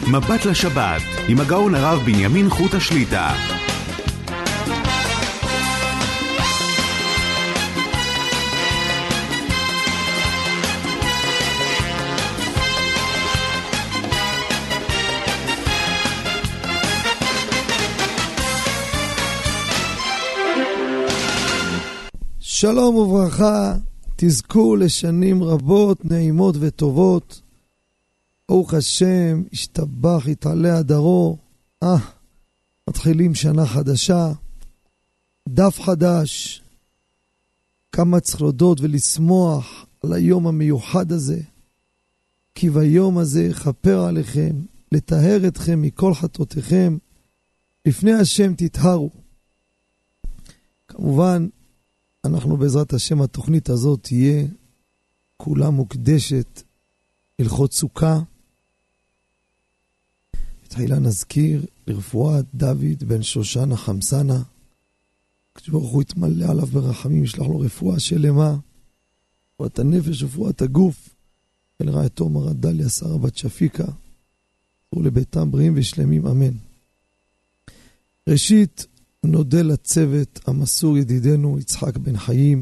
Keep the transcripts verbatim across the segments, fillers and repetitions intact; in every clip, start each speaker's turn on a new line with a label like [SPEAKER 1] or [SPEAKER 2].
[SPEAKER 1] מבט לשבת עם הגאון הרב בנימין חוט השליטה.
[SPEAKER 2] שלום וברכה, תזכו לשנים רבות, נעימות וטובות. ברוך השם, השתבח, יתעלה הדרו. אה, מתחילים שנה חדשה, דף חדש. כמה צריך להודות ולשמוח על היום המיוחד הזה, כי ביום הזה יכפר עליכם, לטהר אתכם מכל חטאותיכם, לפני השם תטהרו. כמובן, אנחנו בעזרת השם, התוכנית הזאת תהיה כולה מוקדשת הלכות סוכה. תחילה נזכיר לרפואת דוד בן שושן החמסנה, כשברוך הוא יתמלא עליו ברחמים, ישלח לו רפואה שלמה, רפואת הנפש ורפואת הגוף, אל רעייתו מרת דליה שרה בת שפיקה, ולביתם בריאים ושלמים, אמן. ראשית, נודה לצוות המסור ידידנו יצחק בן חיים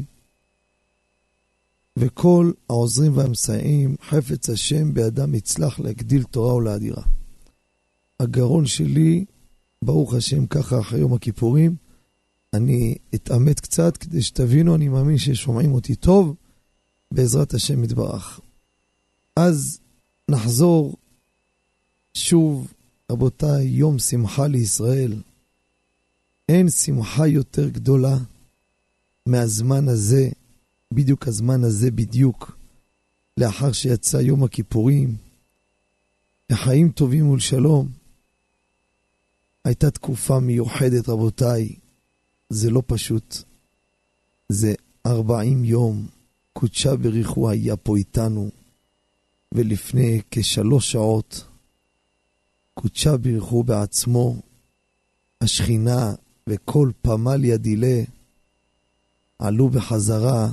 [SPEAKER 2] וכל העוזרים והמסייעים, חפץ השם בידם יצלח להגדיל תורה ולאדירה. הגרון שלי, ברוך השם, ככה אחרי יום הכיפורים, אני אתאמת קצת כדי שתבינו, אני מאמין ששומעים אותי טוב, בעזרת השם יתברך. אז נחזור שוב, רבותיי, יום שמחה לישראל. אין שמחה יותר גדולה מהזמן הזה, בדיוק הזמן הזה בדיוק, לאחר שיצא יום הכיפורים, לחיים טובים ולשלום. הייתה תקופה מיוחדת, רבותיי, זה לא פשוט. זה ארבעים יום, קודשה בריחו היה פה איתנו, ולפני כשלוש שעות, קודשה בריחו בעצמו, השכינה, וכל פמל ידילה עלו בחזרה,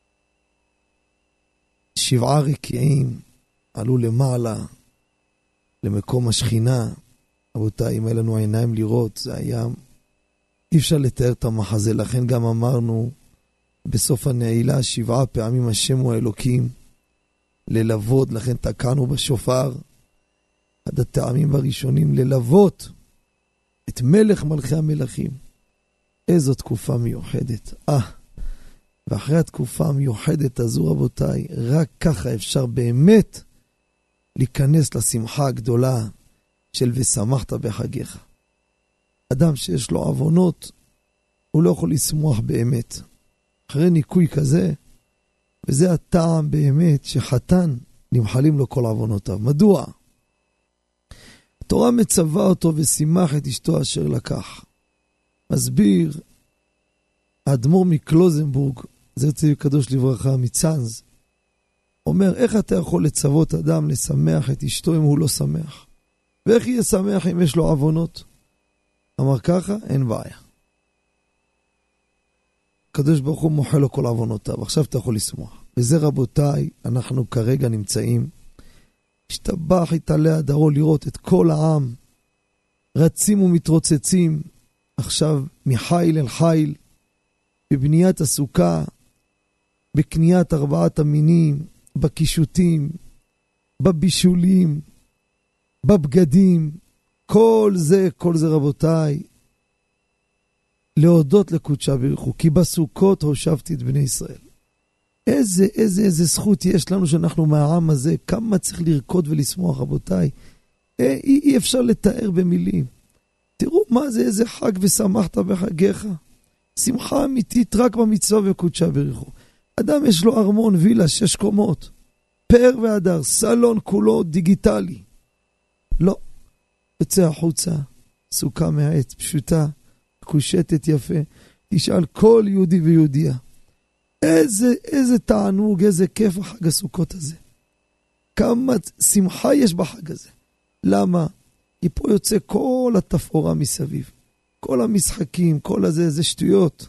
[SPEAKER 2] שבעה רקיעים עלו למעלה למקום השכינה. רבותיי, אם היה לנו עיניים לראות, זה היה, אי אפשר לתאר את המחזה. לכן גם אמרנו בסוף הנעילה, שבעה פעמים השם הוא האלוקים, ללוות. לכן תקענו בשופר, עד הטעמים הראשונים, ללוות את מלך מלכי המלכים. איזו תקופה מיוחדת. אה, ואחרי התקופה המיוחדת הזו, רבותיי, רק ככה אפשר באמת להיכנס לשמחה הגדולה של ושמחת בחגיך. אדם שיש לו עוונות, הוא לא יכול לשמוח באמת. אחרי ניקוי כזה, וזה הטעם באמת שחתן נמחלים לו כל עוונותיו. מדוע? התורה מצווה אותו ושימח את אשתו אשר לקח. מסביר האדמו"ר מקלוזנבורג, זה ציווי קדוש לברכה מצאנז, אומר, איך אתה יכול לצוות אדם לשמח את אשתו אם הוא לא שמח? ואיך יהיה שמח אם יש לו עוונות? אמר ככה, אין בעיה. הקדוש ברוך הוא מוחל לו כל עוונותיו, עכשיו אתה יכול לשמוח. וזה, רבותיי, אנחנו כרגע נמצאים, השתבח יתעלה הדרו, לראות את כל העם רצים ומתרוצצים עכשיו מחיל אל חיל, בבניית הסוכה, בקניית ארבעת המינים, בקישוטים, בבישולים, בבגדים, כל זה, כל זה, רבותיי, להודות לקודשה בריחו, כי בסוכות הושבתי את בני ישראל. איזה, איזה, איזה זכות יש לנו שאנחנו מהעם הזה, כמה צריך לרקוד ולשמוח, רבותיי. אי, אי אפשר לתאר במילים. תראו מה זה, איזה חג ושמחת בחגיך. שמחה אמיתית רק במצווה וקודשה בריחו. אדם יש לו ארמון, וילה, שש קומות, פאר והדר, סלון כולו דיגיטלי. לא. יוצא החוצה, סוכה מהעץ, פשוטה, קושטת יפה. תשאל כל יהודי ויהודיה. איזה, איזה תענוג, איזה כיף החג הסוכות הזה. כמה שמחה יש בחג הזה. למה? כי פה יוצא כל התפאורה מסביב. כל המשחקים, כל הזה, זה שטויות.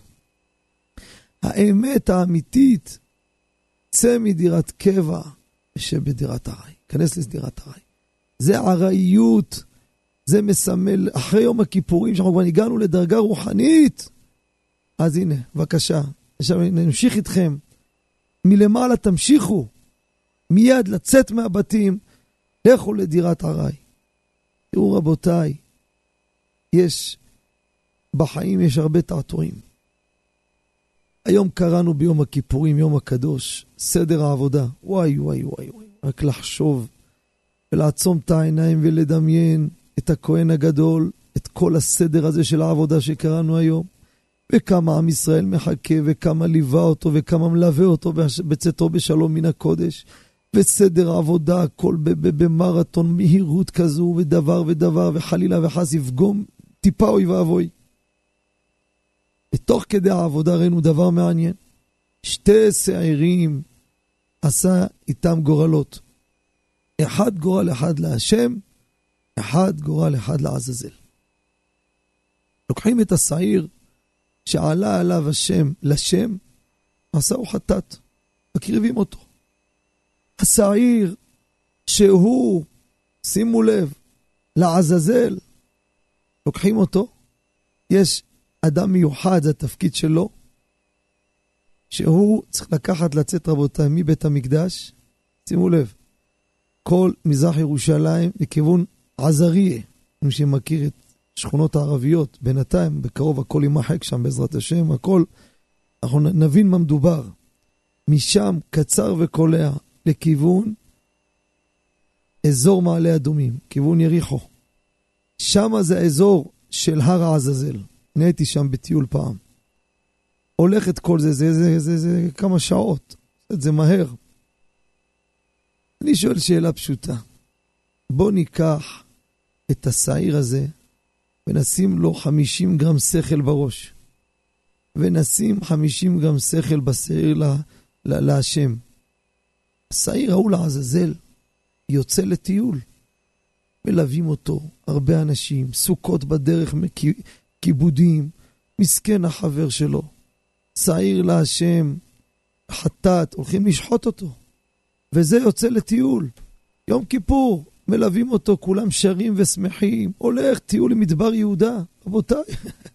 [SPEAKER 2] האמת האמיתית, צא מדירת קבע ושב בדירת הרי. כנס לדירת הרי. זה עראיות, זה מסמל, אחרי יום הכיפורים, שאנחנו כבר הגענו לדרגה רוחנית, אז הנה, בבקשה, עכשיו נמשיך איתכם, מלמעלה תמשיכו, מיד לצאת מהבתים, לכו לדירת עראי. תראו רבותיי, יש, בחיים יש הרבה תעתועים. היום קראנו ביום הכיפורים, יום הקדוש, סדר העבודה. וואי וואי וואי וואי, רק לחשוב ולעצום את העיניים ולדמיין את הכהן הגדול, את כל הסדר הזה של העבודה שקראנו היום, וכמה עם ישראל מחכה, וכמה ליווה אותו, וכמה מלווה אותו בצאתו בשלום מן הקודש, וסדר העבודה, הכל במרתון מהירות כזו, ודבר ודבר, וחלילה וחס יפגום טיפה אוי ואבוי. ותוך כדי העבודה ראינו דבר מעניין. שתי שעירים עשה איתם גורלות. אחד גורל אחד להשם, אחד גורל אחד לעזאזל. לוקחים את השעיר שעלה עליו השם לשם, עשהו חטאת, מקריבים אותו. השעיר שהוא, שימו לב, לעזאזל, לוקחים אותו, יש אדם מיוחד, זה התפקיד שלו, שהוא צריך לקחת לצאת רבותיי מבית המקדש, שימו לב, כל מזרח ירושלים לכיוון עזריה, מי שמכיר את שכונות הערביות, בינתיים, בקרוב הכל יימחק שם בעזרת השם, הכל, אנחנו נבין מה מדובר, משם קצר וקולע לכיוון אזור מעלה אדומים, כיוון יריחו, שם זה האזור של הר העזאזל, אני הייתי שם בטיול פעם, הולך את כל זה, זה, זה, זה, זה, זה כמה שעות, זה מהר. אני שואל שאלה פשוטה, בוא ניקח את השעיר הזה, ונשים לו חמישים גרם שכל בראש, ונשים חמישים גרם שכל בשעיר לה, לה, להשם. השעיר ההוא לעזאזל יוצא לטיול, מלווים אותו הרבה אנשים, סוכות בדרך, כיבודים, מסכן החבר שלו, שעיר להשם, חטאת, הולכים לשחוט אותו, וזה יוצא לטיול, יום כיפור, מלווים אותו, כולם שרים ושמחים, הולך טיול למדבר יהודה, רבותיי,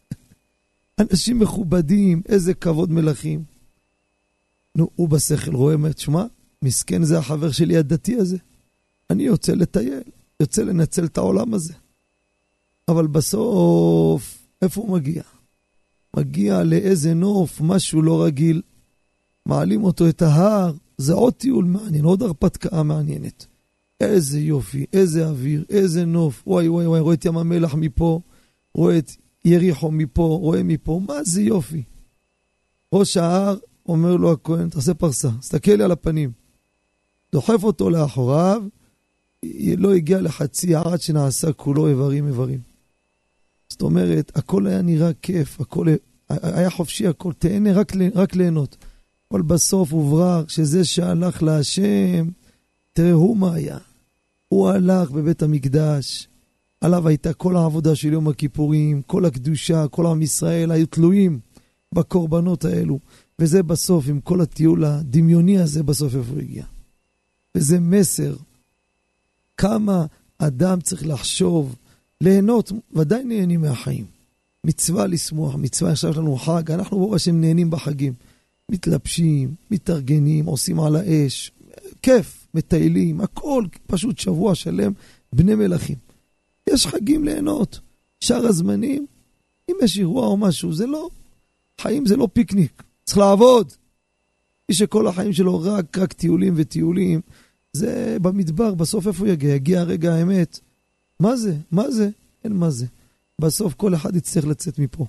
[SPEAKER 2] אנשים מכובדים, איזה כבוד מלכים. נו, הוא בשכל רואה, אומר, תשמע, מסכן זה החבר שלי הדתי הזה, אני יוצא לטייל, יוצא לנצל את העולם הזה, אבל בסוף, איפה הוא מגיע? מגיע לאיזה נוף, משהו לא רגיל, מעלים אותו את ההר, זה עוד טיול מעניין, עוד הרפתקה מעניינת. איזה יופי, איזה אוויר, איזה נוף, וואי וואי וואי, רואה את ים המלח מפה, רואה את יריחו מפה, רואה מפה, מה זה יופי. ראש ההר אומר לו הכהן, תעשה פרסה, סתכל לי על הפנים. דוחף אותו לאחוריו, לא הגיע לחצי עד שנעשה כולו איברים איברים. זאת אומרת, הכל היה נראה כיף, הכל היה חופשי, הכל תהנה רק, רק ליהנות. אבל בסוף הוברר שזה שהלך להשם, תראה הוא מה היה. הוא הלך בבית המקדש, עליו הייתה כל העבודה של יום הכיפורים, כל הקדושה, כל עם ישראל היו תלויים בקורבנות האלו. וזה בסוף, עם כל הטיול הדמיוני הזה, בסוף איפה הוא הגיע. וזה מסר, כמה אדם צריך לחשוב, ליהנות, ודאי נהנים מהחיים. מצווה לשמוח, מצווה עכשיו יש לנו חג, אנחנו ברוך השם נהנים בחגים. מתלבשים, מתארגנים, עושים על האש, כיף, מטיילים, הכל, פשוט שבוע שלם, בני מלכים. יש חגים ליהנות. שאר הזמנים, אם יש אירוע או משהו, זה לא, חיים זה לא פיקניק. צריך לעבוד. מי שכל החיים שלו רק, רק טיולים וטיולים, זה במדבר, בסוף איפה יגיע? יגיע רגע האמת. מה זה? מה זה? אין מה זה. בסוף כל אחד יצטרך לצאת מפה.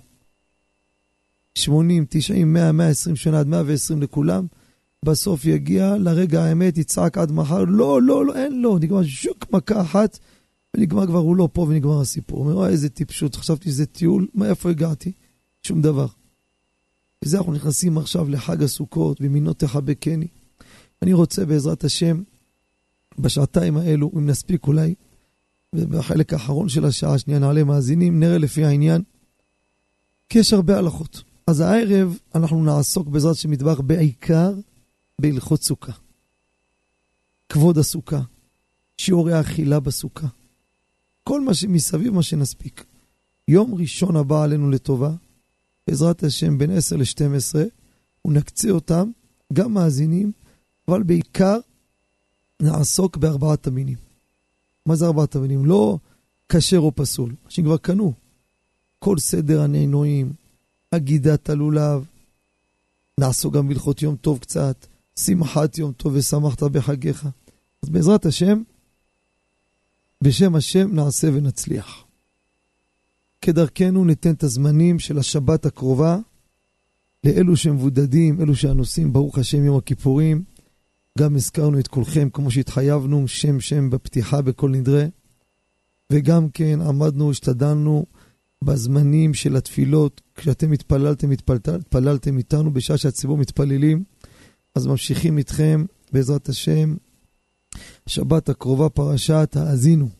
[SPEAKER 2] שמונים, תשעים, מאה, מאה ועשרים שנה עד מאה ועשרים לכולם. בסוף יגיע לרגע האמת, יצעק עד מחר. לא, לא, לא, אין לא. נגמר שוק מכה אחת, ונגמר כבר הוא לא פה ונגמר הסיפור. הוא אומר, איזה טיפשות, חשבתי שזה טיול, מה, איפה הגעתי? שום דבר. וזה אנחנו נכנסים עכשיו לחג הסוכות, ומינות תחבקני. אני רוצה בעזרת השם, בשעתיים האלו, אם נספיק אולי, ובחלק האחרון של השעה, שנייה נעלה מאזינים, נראה לפי העניין, כי יש הרבה הלכות. אז הערב אנחנו נעסוק בעזרת שמדבר בעיקר בהלכות סוכה. כבוד הסוכה. שיעורי אכילה בסוכה. כל מה שמסביב, מה שנספיק. יום ראשון הבא עלינו לטובה, בעזרת השם בין עשר ל-שתים עשרה, ונקצה אותם, גם מאזינים, אבל בעיקר נעסוק בארבעת המינים. מה זה ארבעת המינים? לא כשר או פסול, שכבר קנו. כל סדר הנענועים, אגידת הלולב, נעסוק גם בהלכות יום טוב קצת, שמחת יום טוב ושמחת בחגיך. אז בעזרת השם, בשם השם נעשה ונצליח. כדרכנו ניתן את הזמנים של השבת הקרובה, לאלו שמבודדים, אלו שהנוסעים, ברוך השם יום הכיפורים, גם הזכרנו את כולכם כמו שהתחייבנו, שם שם בפתיחה בכל נדרה, וגם כן עמדנו, השתדלנו בזמנים של התפילות, כשאתם התפללתם, התפללתם, התפללתם איתנו בשעה שהציבור מתפללים, אז ממשיכים איתכם בעזרת השם, שבת הקרובה פרשת האזינו.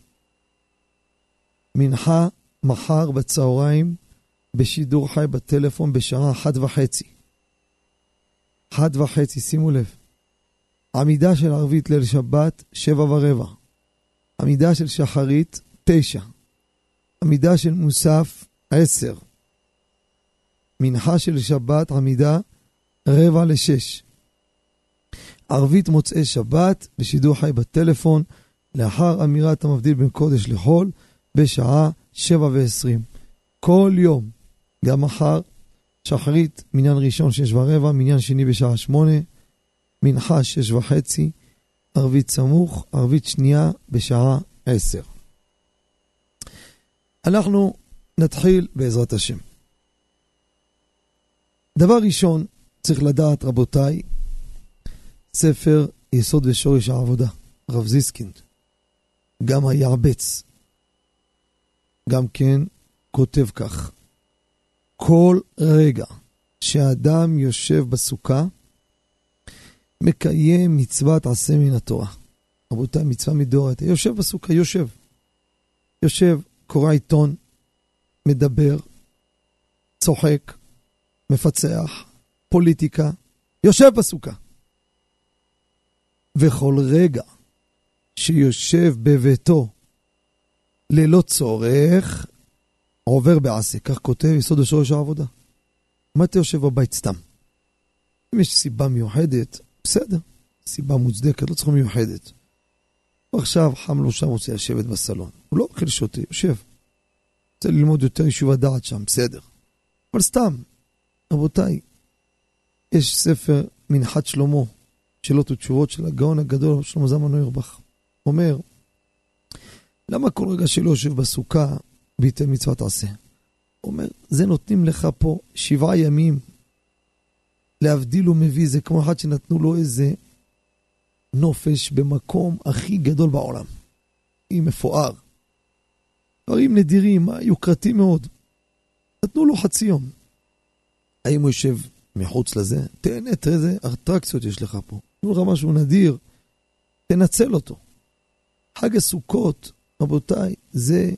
[SPEAKER 2] מנחה מחר בצהריים, בשידור חי בטלפון בשעה אחת וחצי. אחת וחצי, שימו לב. עמידה של ערבית ליל שבת, שבע ורבע. עמידה של שחרית, תשע. עמידה של מוסף, עשר. מנחה של שבת, עמידה, רבע לשש. ערבית מוצאי שבת, בשידור חי בטלפון, לאחר אמירת המבדיל בין קודש לחול, בשעה שבע ועשרים. כל יום, גם מחר, שחרית, מניין ראשון שש ורבע, מניין שני בשעה שמונה, מנחה שש וחצי, ערבית סמוך, ערבית שנייה בשעה עשר. אנחנו נתחיל בעזרת השם. דבר ראשון, צריך לדעת רבותיי, ספר יסוד ושורש העבודה, רב זיסקינד, גם היעבץ, גם כן כותב כך, כל רגע שהאדם יושב בסוכה, מקיים מצוות עשה מן התורה. רבותיי, מצווה מדאורייתא. יושב בסוכה, יושב. יושב, קורא עיתון, מדבר, צוחק, מפצח, פוליטיקה, יושב בסוכה. וכל רגע שיושב בביתו ללא צורך, עובר בעשה. כך כותב יסוד ושורש העבודה. מה אתה יושב בבית סתם? אם יש סיבה מיוחדת, בסדר. סיבה מוצדקת, לא צריכה מיוחדת. ועכשיו חם לו שם, רוצה לשבת בסלון. הוא לא אוכל שותה, יושב. רוצה ללמוד יותר ישוב הדעת שם, בסדר. אבל סתם, רבותיי, יש ספר מנחת שלמה, שאלות ותשובות של הגאון הגדול, שלמה זלמן אוירבך. אומר, למה כל רגע שלא יושב בסוכה, וייתן מצוות עשה? אומר, זה נותנים לך פה שבעה ימים, להבדיל ומביא, זה כמו אחד שנתנו לו איזה נופש במקום הכי גדול בעולם. היא מפואר. דברים נדירים, יוקרתיים מאוד. נתנו לו חצי יום. האם הוא יושב מחוץ לזה? תהנה, תראה איזה אטרקציות יש לך פה. נתנו לך משהו נדיר, תנצל אותו. חג הסוכות, רבותיי, זה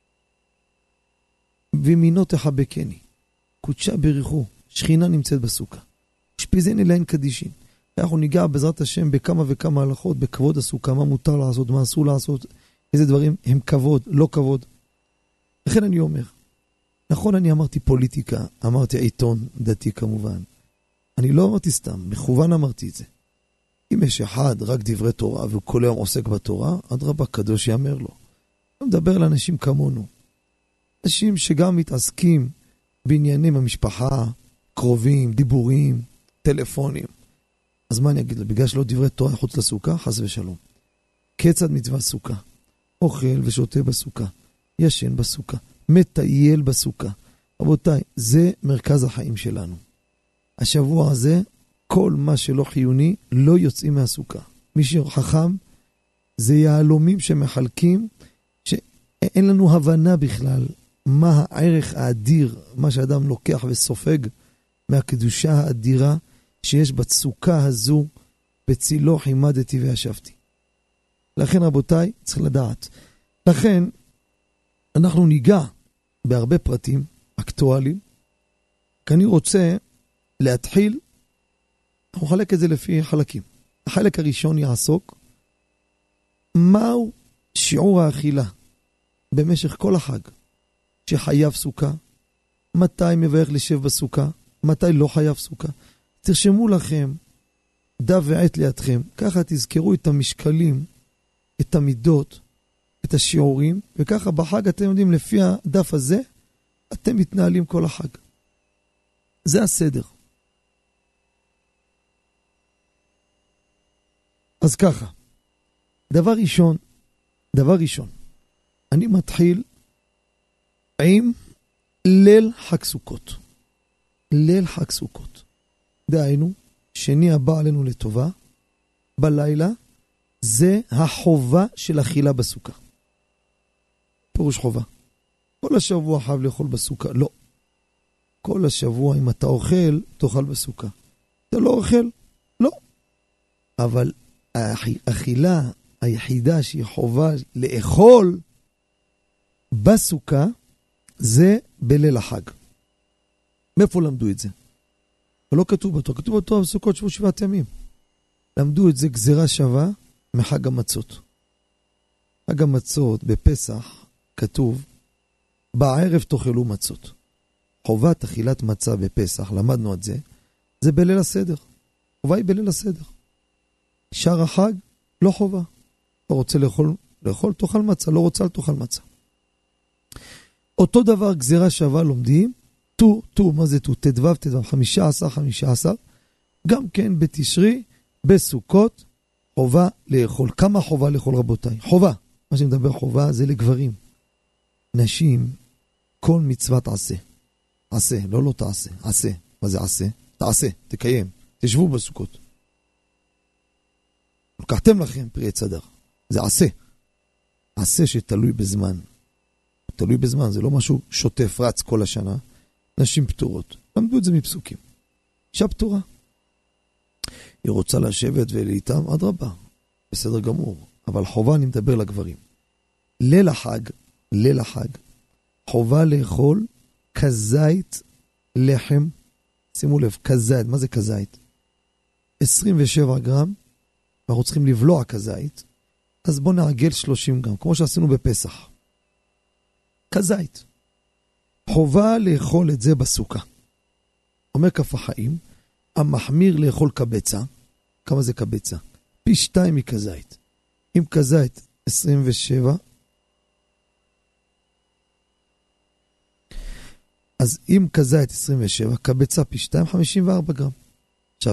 [SPEAKER 2] ומינו תחבקני. קודשה בריחו, שכינה נמצאת בסוכה. שפיזני להן קדישים. אנחנו ניגע בעזרת השם בכמה וכמה הלכות, בכבוד הסוכה, מה מותר לעשות, מה אסור לעשות, איזה דברים הם כבוד, לא כבוד. לכן אני אומר, נכון אני אמרתי פוליטיקה, אמרתי עיתון דתי כמובן. אני לא אמרתי סתם, מכוון אמרתי את זה. אם יש אחד רק דברי תורה והוא כל היום עוסק בתורה, אדרבה קדוש יאמר לו. אני מדבר לאנשים כמונו. אנשים שגם מתעסקים בעניינים המשפחה, קרובים, דיבורים, טלפונים. אז מה אני אגיד לו? בגלל שלא דברי תורה חוץ לסוכה, חס ושלום. כיצד מצווה סוכה? אוכל ושותה בסוכה, ישן בסוכה, מטייל בסוכה. רבותיי, זה מרכז החיים שלנו. השבוע הזה, כל מה שלא חיוני לא יוצאים מהסוכה. מי שחכם, זה יהלומים שמחלקים, שאין לנו הבנה בכלל מה הערך האדיר, מה שאדם לוקח וסופג מהקדושה האדירה שיש בסוכה הזו, בצילו חימדתי וישבתי. לכן רבותיי, צריך לדעת. לכן אנחנו ניגע בהרבה פרטים אקטואליים, כי אני רוצה להתחיל, אנחנו נחלק את זה לפי חלקים. החלק הראשון יעסוק מהו שיעור האכילה במשך כל החג שחייב סוכה, מתי מברך לשב בסוכה, מתי לא חייב סוכה. תרשמו לכם דף ועט לידכם, ככה תזכרו את המשקלים, את המידות, את השיעורים, וככה בחג אתם יודעים לפי הדף הזה, אתם מתנהלים כל החג. זה הסדר. אז ככה, דבר ראשון, דבר ראשון, אני מתחיל עם ליל חג סוכות. ליל חג סוכות. דהיינו, שני הבא עלינו לטובה, בלילה, זה החובה של אכילה בסוכה. פירוש חובה. כל השבוע חייב לאכול בסוכה. לא. כל השבוע אם אתה אוכל, תאכל בסוכה. אתה לא אוכל? לא. אבל האכילה היחידה שהיא חובה לאכול בסוכה, זה בליל החג. מאיפה למדו את זה? לא כתוב בתורה, כתוב בתורה בסוכות שבו שבעת ימים. למדו את זה גזירה שווה מחג המצות. חג המצות בפסח כתוב, בערב תאכלו מצות. חובת אכילת מצה בפסח, למדנו את זה, זה בליל הסדר. חובה היא בליל הסדר. שאר החג לא חובה. לא רוצה לאכול, לאכול תאכל מצה, לא רוצה תאכל מצה. אותו דבר גזירה שווה לומדים, ט"ו, ט"ו, מה זה ט"ו? ט"ו, ט"ו, חמישה עשר, חמישה עשר, גם כן בתשרי, בסוכות, חובה לאכול. כמה חובה לאכול רבותיי? חובה. מה שמדבר חובה זה לגברים. נשים, כל מצוות עשה. עשה, לא לא תעשה, עשה. מה זה עשה? תעשה, תקיים, תשבו בסוכות. לקחתם לכם פרי צדר. זה עשה. עשה שתלוי בזמן. תלוי בזמן, זה לא משהו שוטף, רץ כל השנה. נשים פטורות. למדו את זה מפסוקים. אישה פטורה. היא רוצה לשבת ולאיתם עד רבה. בסדר גמור. אבל חובה אני מדבר לגברים. ליל החג, ליל החג, חובה לאכול כזית לחם. שימו לב, כזית, מה זה כזית? עשרים ושבע גרם, ואנחנו צריכים לבלוע כזית. אז בוא נעגל שלושים גרם, כמו שעשינו בפסח. כזית. חובה לאכול את זה בסוכה. אומר כף החיים, המחמיר לאכול קבצה. כמה זה קבצה? פי שתיים מכזית. אם כזית עשרים ושבע, אז אם כזית עשרים ושבע, קבצה פי שתיים, חמישים וארבע גרם. עכשיו,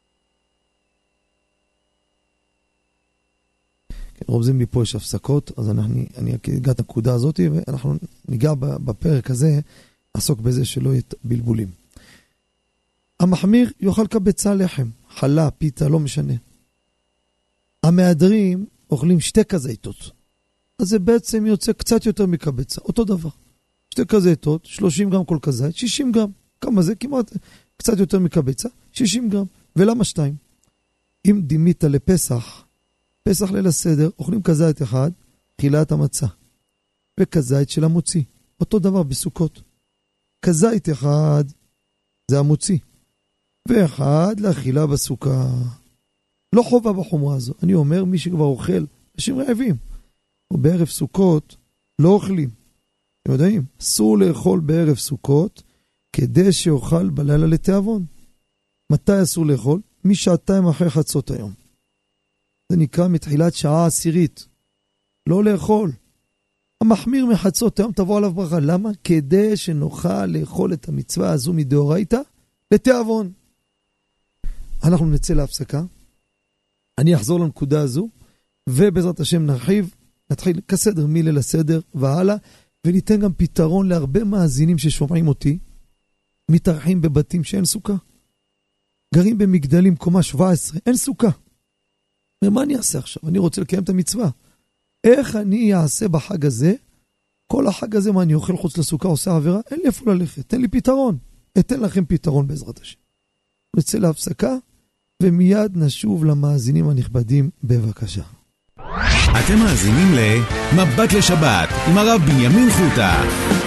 [SPEAKER 2] כן, רומזים לי פה יש הפסקות, אז אני, אני אגע את הנקודה הזאת, ואנחנו ניגע בפרק הזה, נעסוק בזה שלא יהיה בלבולים. המחמיר יאכל קבצה לחם, חלה, פיתה, לא משנה. המהדרים אוכלים שתי כזיתות. אז זה בעצם יוצא קצת יותר מקבצה, אותו דבר. שתי כזיתות, שלושים גרם כל כזית, שישים גרם. כמה זה? כמעט קצת יותר מקבצה, שישים גרם. ולמה שתיים? אם דימית לפסח, פסח ליל הסדר, אוכלים כזית אחד, חילת המצה. וכזית של המוציא. אותו דבר בסוכות. כזית אחד זה המוציא. ואחד לאכילה בסוכה. לא חובה בחומרה הזו. אני אומר, מי שכבר אוכל, אנשים רעבים. ובערב סוכות לא אוכלים. אתם יודעים, אסור לאכול בערב סוכות, כדי שאוכל בלילה לתיאבון. מתי אסור לאכול? משעתיים אחרי חצות היום. זה נקרא מתחילת שעה עשירית. לא לאכול. המחמיר מחצות היום תבוא עליו ברכה. למה? כדי שנוכל לאכול את המצווה הזו מדאורייתא לתיאבון. אנחנו נצא להפסקה. אני אחזור לנקודה הזו, ובעזרת השם נרחיב, נתחיל כסדר מליל הסדר והלאה, וניתן גם פתרון להרבה מאזינים ששומעים אותי, מתארחים בבתים שאין סוכה. גרים במגדלים קומה שבע עשרה, אין סוכה. ומה אני אעשה עכשיו? אני רוצה לקיים את המצווה. איך אני אעשה בחג הזה? כל החג הזה, מה אני אוכל חוץ לסוכה, עושה עבירה? אין לי איפה ללכת, תן לי פתרון. אתן לכם פתרון בעזרת השם. נצא להפסקה, ומיד נשוב למאזינים הנכבדים, בבקשה.
[SPEAKER 1] אתם מאזינים למבט לשבת עם הרב בנימין חוטה.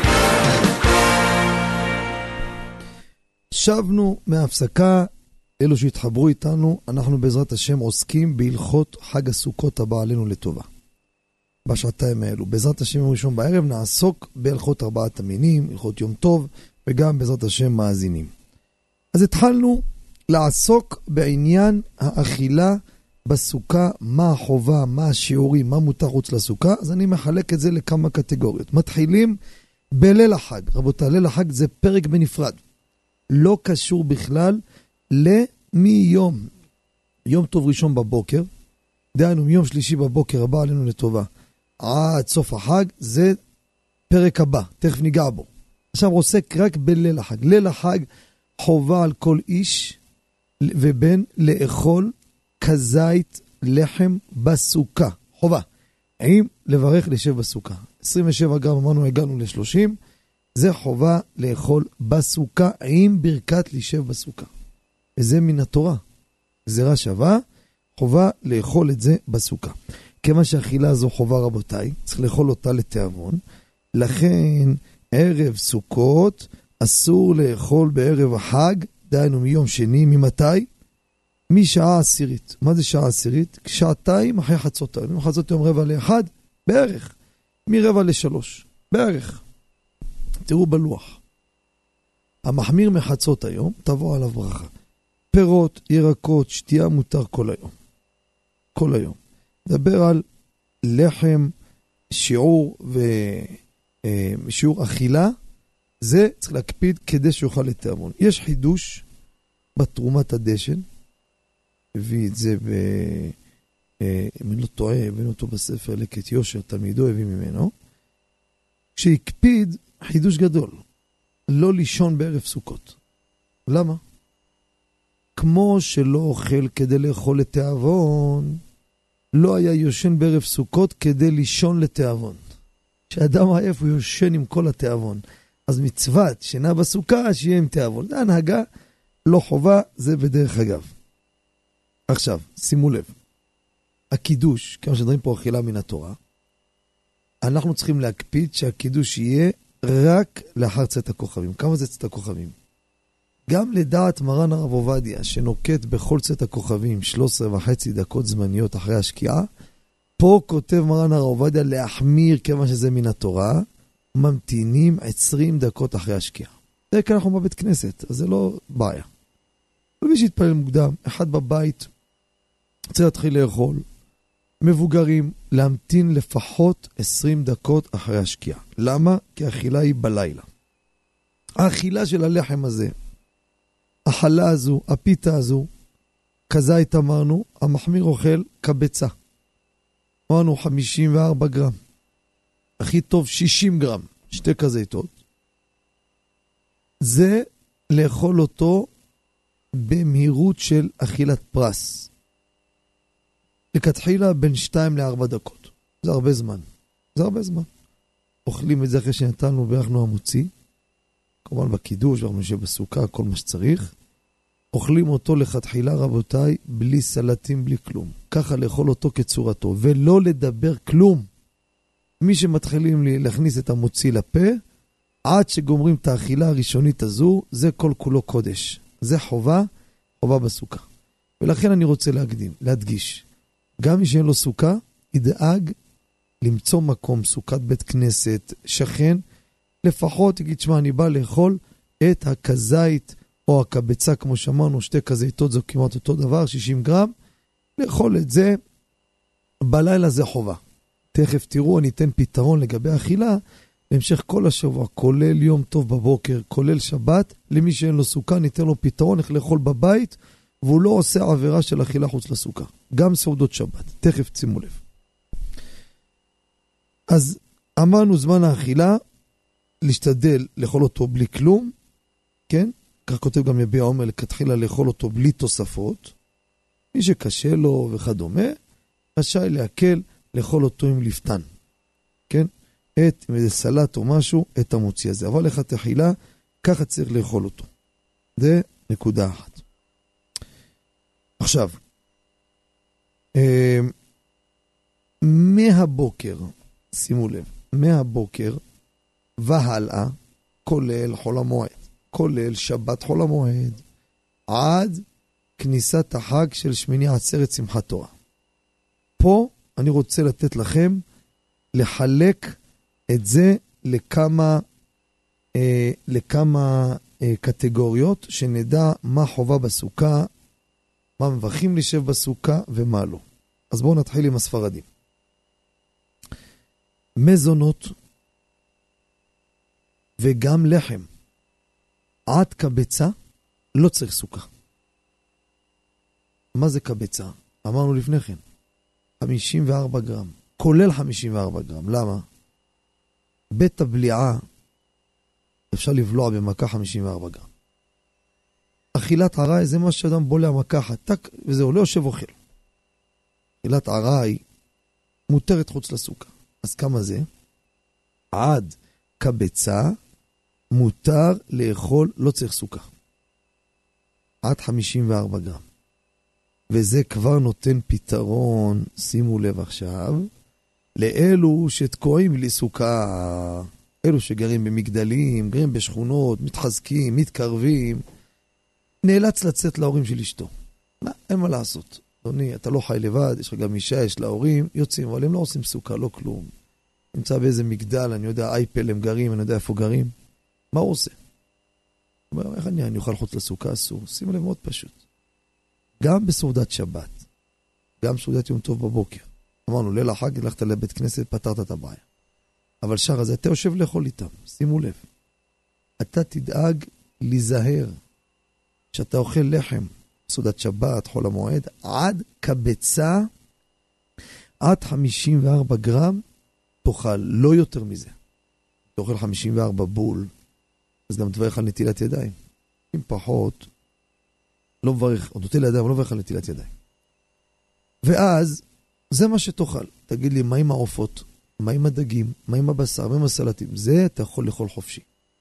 [SPEAKER 2] שבנו מההפסקה, אלו שהתחברו איתנו, אנחנו בעזרת השם עוסקים בהלכות חג הסוכות הבא עלינו לטובה. בשעתיים האלו. בעזרת השם יום ראשון בערב נעסוק בהלכות ארבעת המינים, הלכות יום טוב, וגם בעזרת השם מאזינים. אז התחלנו לעסוק בעניין האכילה בסוכה, מה החובה, מה השיעורים, מה מותר חוץ לסוכה, אז אני מחלק את זה לכמה קטגוריות. מתחילים בליל החג. רבותיי, ליל החג זה פרק בנפרד. לא קשור בכלל למיום, יום טוב ראשון בבוקר, דהיינו מיום שלישי בבוקר הבא עלינו לטובה, עד סוף החג, זה פרק הבא, תכף ניגע בו. עכשיו עוסק רק בליל החג. ליל החג חובה על כל איש ובן לאכול כזית לחם בסוכה. חובה. האם לברך לשב בסוכה? עשרים ושבע גרם אמרנו הגענו ל-שלושים, זה חובה לאכול בסוכה עם ברכת לשב בסוכה. וזה מן התורה. גזירה שווה, חובה לאכול את זה בסוכה. כמה שהאכילה הזו חובה רבותיי, צריך לאכול אותה לתיאבון, לכן ערב סוכות אסור לאכול בערב החג, דהיינו מיום שני, ממתי? משעה עשירית. מה זה שעה עשירית? שעתיים אחרי חצות היום. חצות יום רבע לאחד, בערך. מרבע לשלוש, בערך. תראו בלוח. המחמיר מחצות היום, תבוא עליו ברכה. פירות, ירקות, שתייה מותר כל היום. כל היום. דבר על לחם, שיעור ושיעור אכילה, זה צריך להקפיד כדי שיוכל לתאמון. יש חידוש בתרומת הדשן, הביא את זה, ב... אם אני לא טועה, הבאנו אותו בספר לקט יושר, תלמידו הביא ממנו, שהקפיד חידוש גדול, לא לישון בערב סוכות. למה? כמו שלא אוכל כדי לאכול לתיאבון, לא היה יושן בערב סוכות כדי לישון לתיאבון. כשאדם עייף הוא יושן עם כל התיאבון. אז מצוות שינה בסוכה שיהיה עם תיאבון. זה הנהגה, לא חובה, זה בדרך אגב. עכשיו, שימו לב. הקידוש, כמו שדברים פה אכילה מן התורה, אנחנו צריכים להקפיד שהקידוש יהיה רק לאחר צאת הכוכבים. כמה זה צאת הכוכבים? גם לדעת מרן הרב עובדיה, שנוקט בכל צאת הכוכבים שלוש עשרה וחצי דקות זמניות אחרי השקיעה, פה כותב מרן הרב עובדיה להחמיר כמה שזה מן התורה, ממתינים עשרים דקות אחרי השקיעה. זה כאן אנחנו בבית כנסת, אז זה לא בעיה. ומי שהתפלל מוקדם, אחד בבית, צריך להתחיל לאכול, מבוגרים, להמתין לפחות עשרים דקות אחרי השקיעה. למה? כי האכילה היא בלילה. האכילה של הלחם הזה, החלה הזו, הפיתה הזו, כזית אמרנו, המחמיר אוכל כביצה. אמרנו חמישים וארבע גרם. הכי טוב שישים גרם, שתי כזיתות. זה לאכול אותו במהירות של אכילת פרס. לכתחילה בין שתיים לארבע דקות. זה הרבה זמן. זה הרבה זמן. אוכלים את זה אחרי שנתנו ביחנו המוציא. כמובן בקידוש, ואנחנו בסוכה, כל מה שצריך. אוכלים אותו לכתחילה רבותיי, בלי סלטים, בלי כלום. ככה לאכול אותו כצורתו, ולא לדבר כלום. מי שמתחילים לי להכניס את המוציא לפה, עד שגומרים את האכילה הראשונית הזו, זה כל כולו קודש. זה חובה, חובה בסוכה. ולכן אני רוצה להקדים, להדגיש. גם מי שאין לו סוכה, ידאג למצוא מקום, סוכת בית כנסת, שכן, לפחות יגיד, שמה, אני בא לאכול את הכזית או הקבצה, כמו שאמרנו, שתי כזיתות, זו כמעט אותו דבר, שישים גרם, לאכול את זה, בלילה זה חובה. תכף תראו, אני אתן פתרון לגבי האכילה, בהמשך כל השבוע, כולל יום טוב בבוקר, כולל שבת, למי שאין לו סוכה, ניתן לו פתרון, איך לאכול בבית, והוא לא עושה עבירה של אכילה חוץ לסוכה. גם סעודות שבת. תכף שימו לב. אז אמרנו זמן האכילה, להשתדל לאכול אותו בלי כלום, כן? כך כותב גם יביע עומר, לכתחילה לאכול אותו בלי תוספות. מי שקשה לו וכדומה, רשאי להקל לאכול אותו עם לפתן. כן? את, עם איזה סלט או משהו, את המוציא הזה. אבל לך תחילה, ככה צריך לאכול אותו. זה נקודה אחת. עכשיו, מהבוקר, שימו לב, מהבוקר והלאה, כולל חול המועד, כולל שבת חול המועד, עד כניסת החג של שמיני עצרת שמחת תורה. פה אני רוצה לתת לכם לחלק את זה לכמה, אה, לכמה אה, קטגוריות, שנדע מה חובה בסוכה, מה מברכים לשב בסוכה ומה לא. אז בואו נתחיל עם הספרדים. מזונות וגם לחם עד קבצה לא צריך סוכה. מה זה קבצה? אמרנו לפני כן, חמישים וארבע גרם, כולל חמישים וארבע גרם. למה? בית הבליעה אפשר לבלוע במכה חמישים וארבע גרם. אכילת עראי זה מה שאדם בולע מכה חתק וזהו, לא יושב אוכל. אכילת עראי מותרת חוץ לסוכה. אז כמה זה? עד קבצה מותר לאכול, לא צריך סוכה. עד חמישים וארבע גרם. וזה כבר נותן פתרון, שימו לב עכשיו, לאלו שתקועים בלי סוכה, אלו שגרים במגדלים, גרים בשכונות, מתחזקים, מתקרבים, נאלץ לצאת להורים של אשתו. מה? אין מה לעשות. אדוני, אתה לא חי לבד, יש לך גם אישה, יש להורים, יוצאים, אבל הם לא עושים סוכה, לא כלום. נמצא באיזה מגדל, אני יודע, אייפל הם גרים, אני יודע איפה גרים. מה הוא עושה? הוא אומר, איך אני, אני אוכל חוץ לסוכה? אסור. שימו לב, מאוד פשוט. גם בסעודת שבת, גם סעודת יום טוב בבוקר. אמרנו, ליל החג, הלכת לבית כנסת, פתרת את הבעיה. אבל שער הזה, אתה יושב לאכול איתם, שימו לב. אתה תדאג להיזהר שאתה אוכל לחם, סעודת שבת, חול המועד, עד קבצה, עד חמישים וארבע גרם, תאכל, לא יותר מזה. תאכל חמישים וארבע בול, אז גם תברך על נטילת ידיים. אם פחות, לא מברך, עוד נוטל ידיים, לא מברך על נטילת ידיים. ואז, זה מה שתאכל. תגיד לי, מה עם העופות? מה עם הדגים? מה עם הבשר? מה עם הסלטים? זה אתה יכול לאכול חופשי.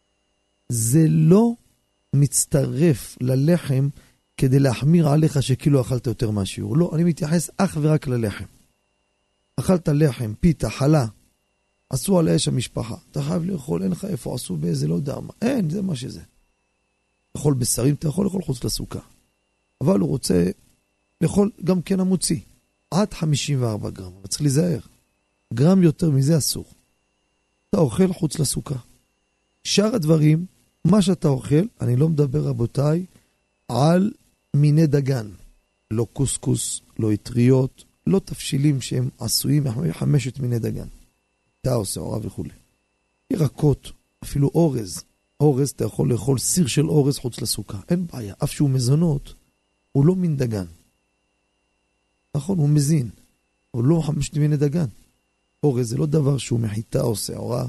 [SPEAKER 2] זה לא מצטרף ללחם כדי להחמיר עליך שכאילו אכלת יותר מהשיעור. לא, אני מתייחס אך ורק ללחם. אכלת לחם, פיתה, חלה, עשו על האש המשפחה. אתה חייב לאכול, אין לך איפה, עשו באיזה לא יודע מה. אין, זה מה שזה. לאכול בשרים, אתה יכול לאכול חוץ לסוכה. אבל הוא רוצה לאכול גם כן המוציא. עד חמישים וארבע גרם. אבל צריך להיזהר. גרם יותר מזה אסור. אתה אוכל חוץ לסוכה. שאר הדברים, מה שאתה אוכל, אני לא מדבר רבותיי, על מיני דגן. לא קוסקוס, לא יטריות, לא תפשילים שהם עשויים מחמשת מיני דגן. תאו, שעורה וכו'. ירקות, אפילו אורז. אורז, אתה יכול לאכול סיר של אורז חוץ לסוכה. אין בעיה. אף שהוא מזונות, הוא לא מין דגן. נכון, הוא מזין. הוא לא חמשת מיני דגן. אורז זה לא דבר שהוא מחיטה או שעורה,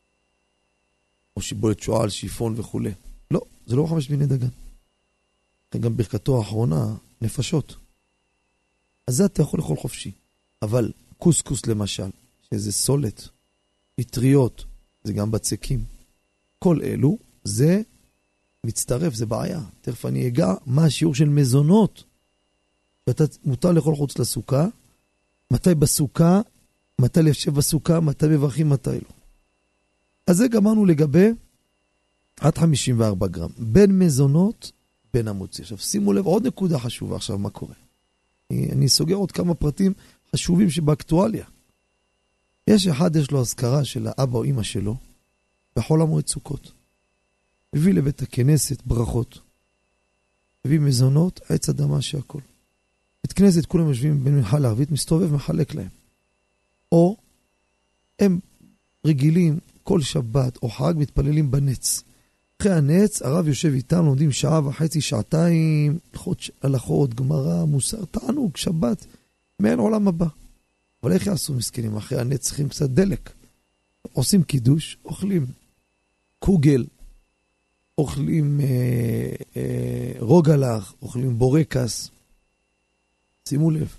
[SPEAKER 2] או שיבולת שועל, שיפון וכו'. לא, זה לא חמשת מיני דגן. גם ברכתו האחרונה, נפשות. אז זה אתה יכול לאכול חופשי. אבל קוסקוס למשל, שזה סולת, יטריות, זה גם בצקים. כל אלו, זה מצטרף, זה בעיה. תכף אני אגע מה השיעור של מזונות. ואתה מותר לאכול חוץ לסוכה, מתי בסוכה, מתי לשב בסוכה, מתי מברכים, מתי לא. אז זה גמרנו לגבי עד חמישים וארבע גרם. בין מזונות, בין המוציא. עכשיו שימו לב, עוד נקודה חשובה עכשיו, מה קורה. אני, אני סוגר עוד כמה פרטים חשובים שבאקטואליה. יש אחד, יש לו הזכרה של האבא או אמא שלו, בחול המועד סוכות. הביא לבית הכנסת ברכות. הביא מזונות, עץ אדמה שהכל. בית כנסת כולם יושבים בין מנחה לערבית, מסתובב, מחלק להם. או הם רגילים כל שבת או חג מתפללים בנץ. אחרי הנץ, הרב יושב איתם, לומדים שעה וחצי, שעתיים, הלכות, גמרא, מוסר, תענוג, שבת, מעין עולם הבא. אבל איך יעשו מסכנים? אחרי הנץ צריכים קצת דלק. עושים קידוש, אוכלים קוגל, אוכלים אה, אה, רוגלח, אוכלים בורקס. שימו לב.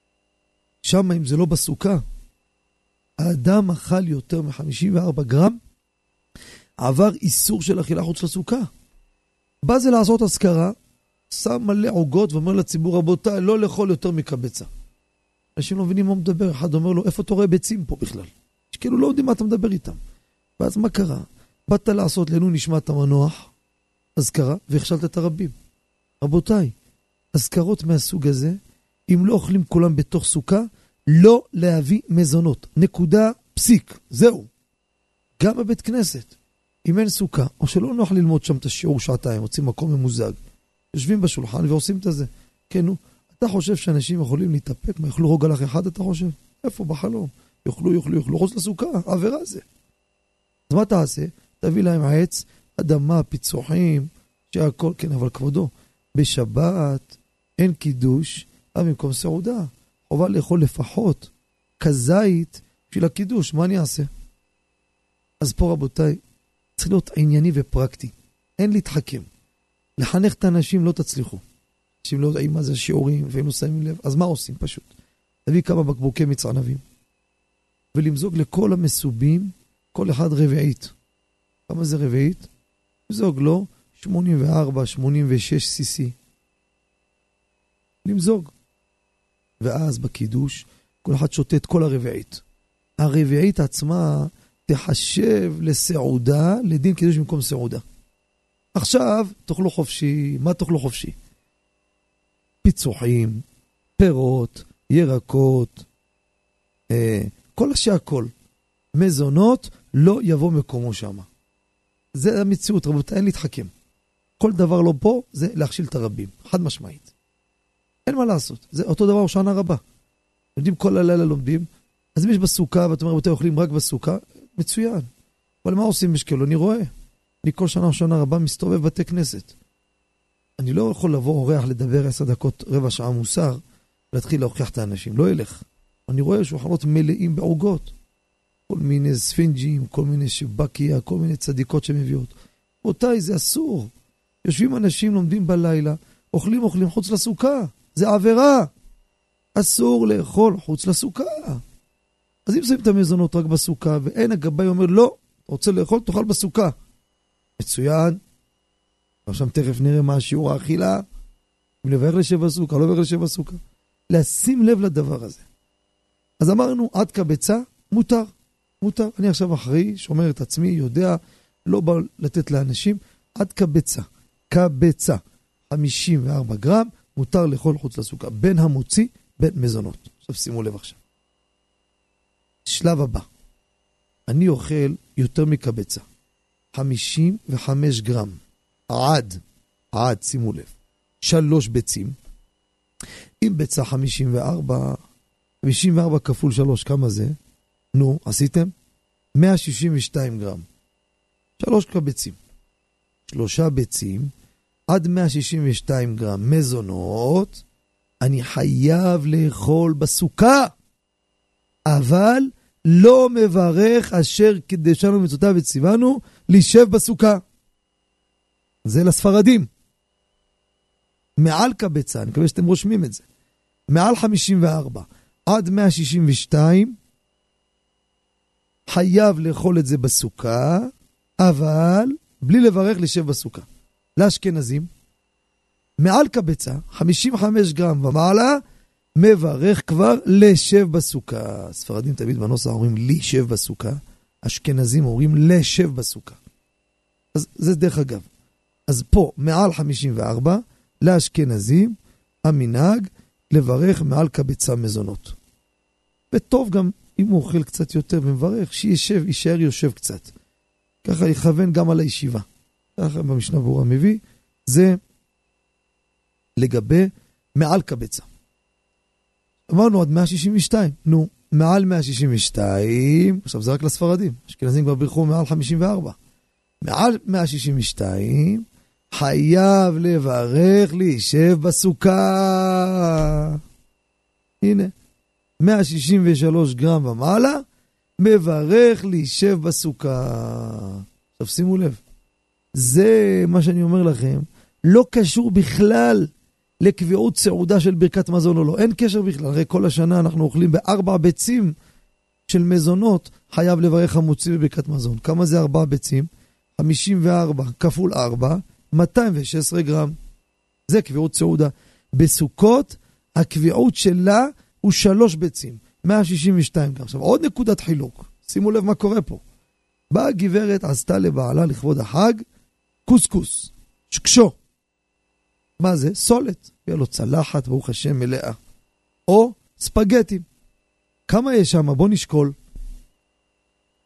[SPEAKER 2] שם אם זה לא בסוכה, האדם אכל יותר מ-חמישים וארבע גרם, עבר איסור של אכילה חוץ לסוכה. בא זה לעשות הזכרה, שם מלא עוגות ואומר לציבור, רבותיי, לא לאכול יותר מקבצה. אנשים לא מבינים מה מדבר, אחד אומר לו, איפה אתה רואה ביצים פה בכלל? שכאילו לא יודעים מה אתה מדבר איתם. ואז מה קרה? באת לעשות לנו נשמת המנוח, הזכרה, והכשלת את הרבים. רבותיי, הזכרות מהסוג הזה, אם לא אוכלים כולם בתוך סוכה, לא להביא מזונות. נקודה פסיק, זהו. גם בבית כנסת, אם אין סוכה, או שלא נוח ללמוד שם את השיעור שעתיים, רוצים מקום ממוזג, יושבים בשולחן ועושים את זה. כן, נו, אתה חושב שאנשים יכולים להתאפק, מה יאכלו רגע לך אחד, אתה חושב? איפה בחלום? יאכלו, יאכלו, יאכלו, חוץ לסוכה, עבירה זה. אז מה תעשה? תביא להם עץ, אדמה, פיצוחים, שהכל, כן, אבל כבודו, בשבת אין קידוש, אבל במקום סעודה, חובה לאכול לפחות כזית בשביל הקידוש, מה אני אעשה? אז פה רבותיי, צריך להיות ענייני ופרקטי, אין להתחכם. לחנך את האנשים לא תצליחו. אנשים לא יודעים מה זה שיעורים, והם לא שמים לב, אז מה עושים פשוט? תביא כמה בקבוקי מיץ ענבים, ולמזוג לכל המסובים, כל אחד רבעית. כמה זה רבעית? למזוג לו שמונים וארבע שמונים ושש סי סי. למזוג. ואז בקידוש, כל אחד שותה את כל הרבעית. הרבעית עצמה תחשב לסעודה, לדין קידוש במקום סעודה. עכשיו תאכלו חופשי. מה תאכלו חופשי? פיצוחים, פירות, ירקות, אה, כל שהכל. מזונות לא יבוא מקומו שם. זה המציאות, רבותיי, אין להתחכם. כל דבר לא פה, זה להכשיל את הרבים. חד משמעית. אין מה לעשות. זה אותו דבר שנה רבה. לומדים כל הלילה לומדים. אז אם יש בסוכה, ואתם רבותיי אוכלים רק בסוכה, מצוין. אבל מה עושים בשקלו? אני רואה. אני כל שנה או שנה רבה מסתובב בתי כנסת. אני לא יכול לבוא אורח לדבר עשר דקות, רבע שעה מוסר, ולהתחיל להוכיח את האנשים. לא ילך. אני רואה שולחנות מלאים בעוגות. כל מיני ספינג'ים, כל מיני שבקיה, כל מיני צדיקות שמביאות. אותי, זה אסור. יושבים אנשים, לומדים בלילה, אוכלים, אוכלים חוץ לסוכה. זה עבירה. אסור לאכול חוץ לסוכה. אז אם שמים את המזונות רק בסוכה, ואין הגבאי אומר, לא, רוצה לאכול, תאכל בסוכה. מצוין. עכשיו תכף נראה מה השיעור האכילה. אם לברך לשב בסוכה, לא לברך לשב בסוכה. לשים לב לדבר הזה. אז אמרנו, עד קבצה, מותר. מותר. אני עכשיו אחראי, שומר את עצמי, יודע, לא בא לתת לאנשים, עד קבצה. קבצה. חמישים וארבע גרם, מותר לאכול חוץ לסוכה. בין המוציא, בין מזונות. עכשיו שימו לב עכשיו. שלב הבא. אני אוכל יותר מקבצה. חמישים וחמש גרם. עד. עד, שימו לב. שלוש ביצים. אם ביצה חמישים וארבע, חמישים וארבע כפול שלוש, כמה זה? נו, עשיתם? מאה שישים ושתיים גרם. שלוש קבצים. שלושה ביצים, עד מאה שישים ושתיים גרם מזונות, אני חייב לאכול בסוכה. אבל לא מברך אשר קדשנו מצוותיו וציוונו להישב בסוכה. זה לספרדים. מעל קבצה, אני מקווה שאתם רושמים את זה. מעל חמישים וארבע עד מאה שישים ושתיים, חייב לאכול את זה בסוכה, אבל בלי לברך לשב בסוכה. לאשכנזים, מעל קבצה, חמישים וחמש גרם ומעלה, מברך כבר לשב בסוכה. ספרדים תמיד בנוסח אומרים לשב בסוכה, אשכנזים אומרים לשב בסוכה. אז זה דרך אגב. אז פה מעל חמישים וארבע, לאשכנזים, המנהג לברך מעל קבצה מזונות. וטוב גם אם הוא אוכל קצת יותר ומברך, שישב, יישאר יושב קצת. ככה יכוון גם על הישיבה. ככה במשנה ברורה מביא, זה לגבי מעל קבצה. אמרנו עד מאה שישים ושתיים. נו, מעל מאה שישים ושתיים, עכשיו זה רק לספרדים. אשכנזים כבר בירכו מעל חמישים וארבע. מעל מאה שישים ושתיים, חייב לברך להישב בסוכה. הנה, מאה שישים ושלוש גרם ומעלה, מברך להישב בסוכה. עכשיו שימו לב, זה מה שאני אומר לכם, לא קשור בכלל לקביעות סעודה של ברכת מזון או לא. אין קשר בכלל, הרי כל השנה אנחנו אוכלים בארבע ביצים של מזונות, חייב לברך המוציא בברכת מזון. כמה זה ארבע ביצים? חמישים וארבע כפול ארבע, מאתיים ושש עשרה גרם. זה קביעות סעודה. בסוכות, הקביעות שלה הוא שלוש ביצים, מאה שישים ושתיים גרם. עכשיו, עוד נקודת חילוק. שימו לב מה קורה פה. באה גברת, עשתה לבעלה לכבוד החג, קוסקוס, שקשו. מה זה? סולת. היה לו צלחת, ברוך השם, מלאה. או ספגטים. כמה יש שם? בוא נשקול.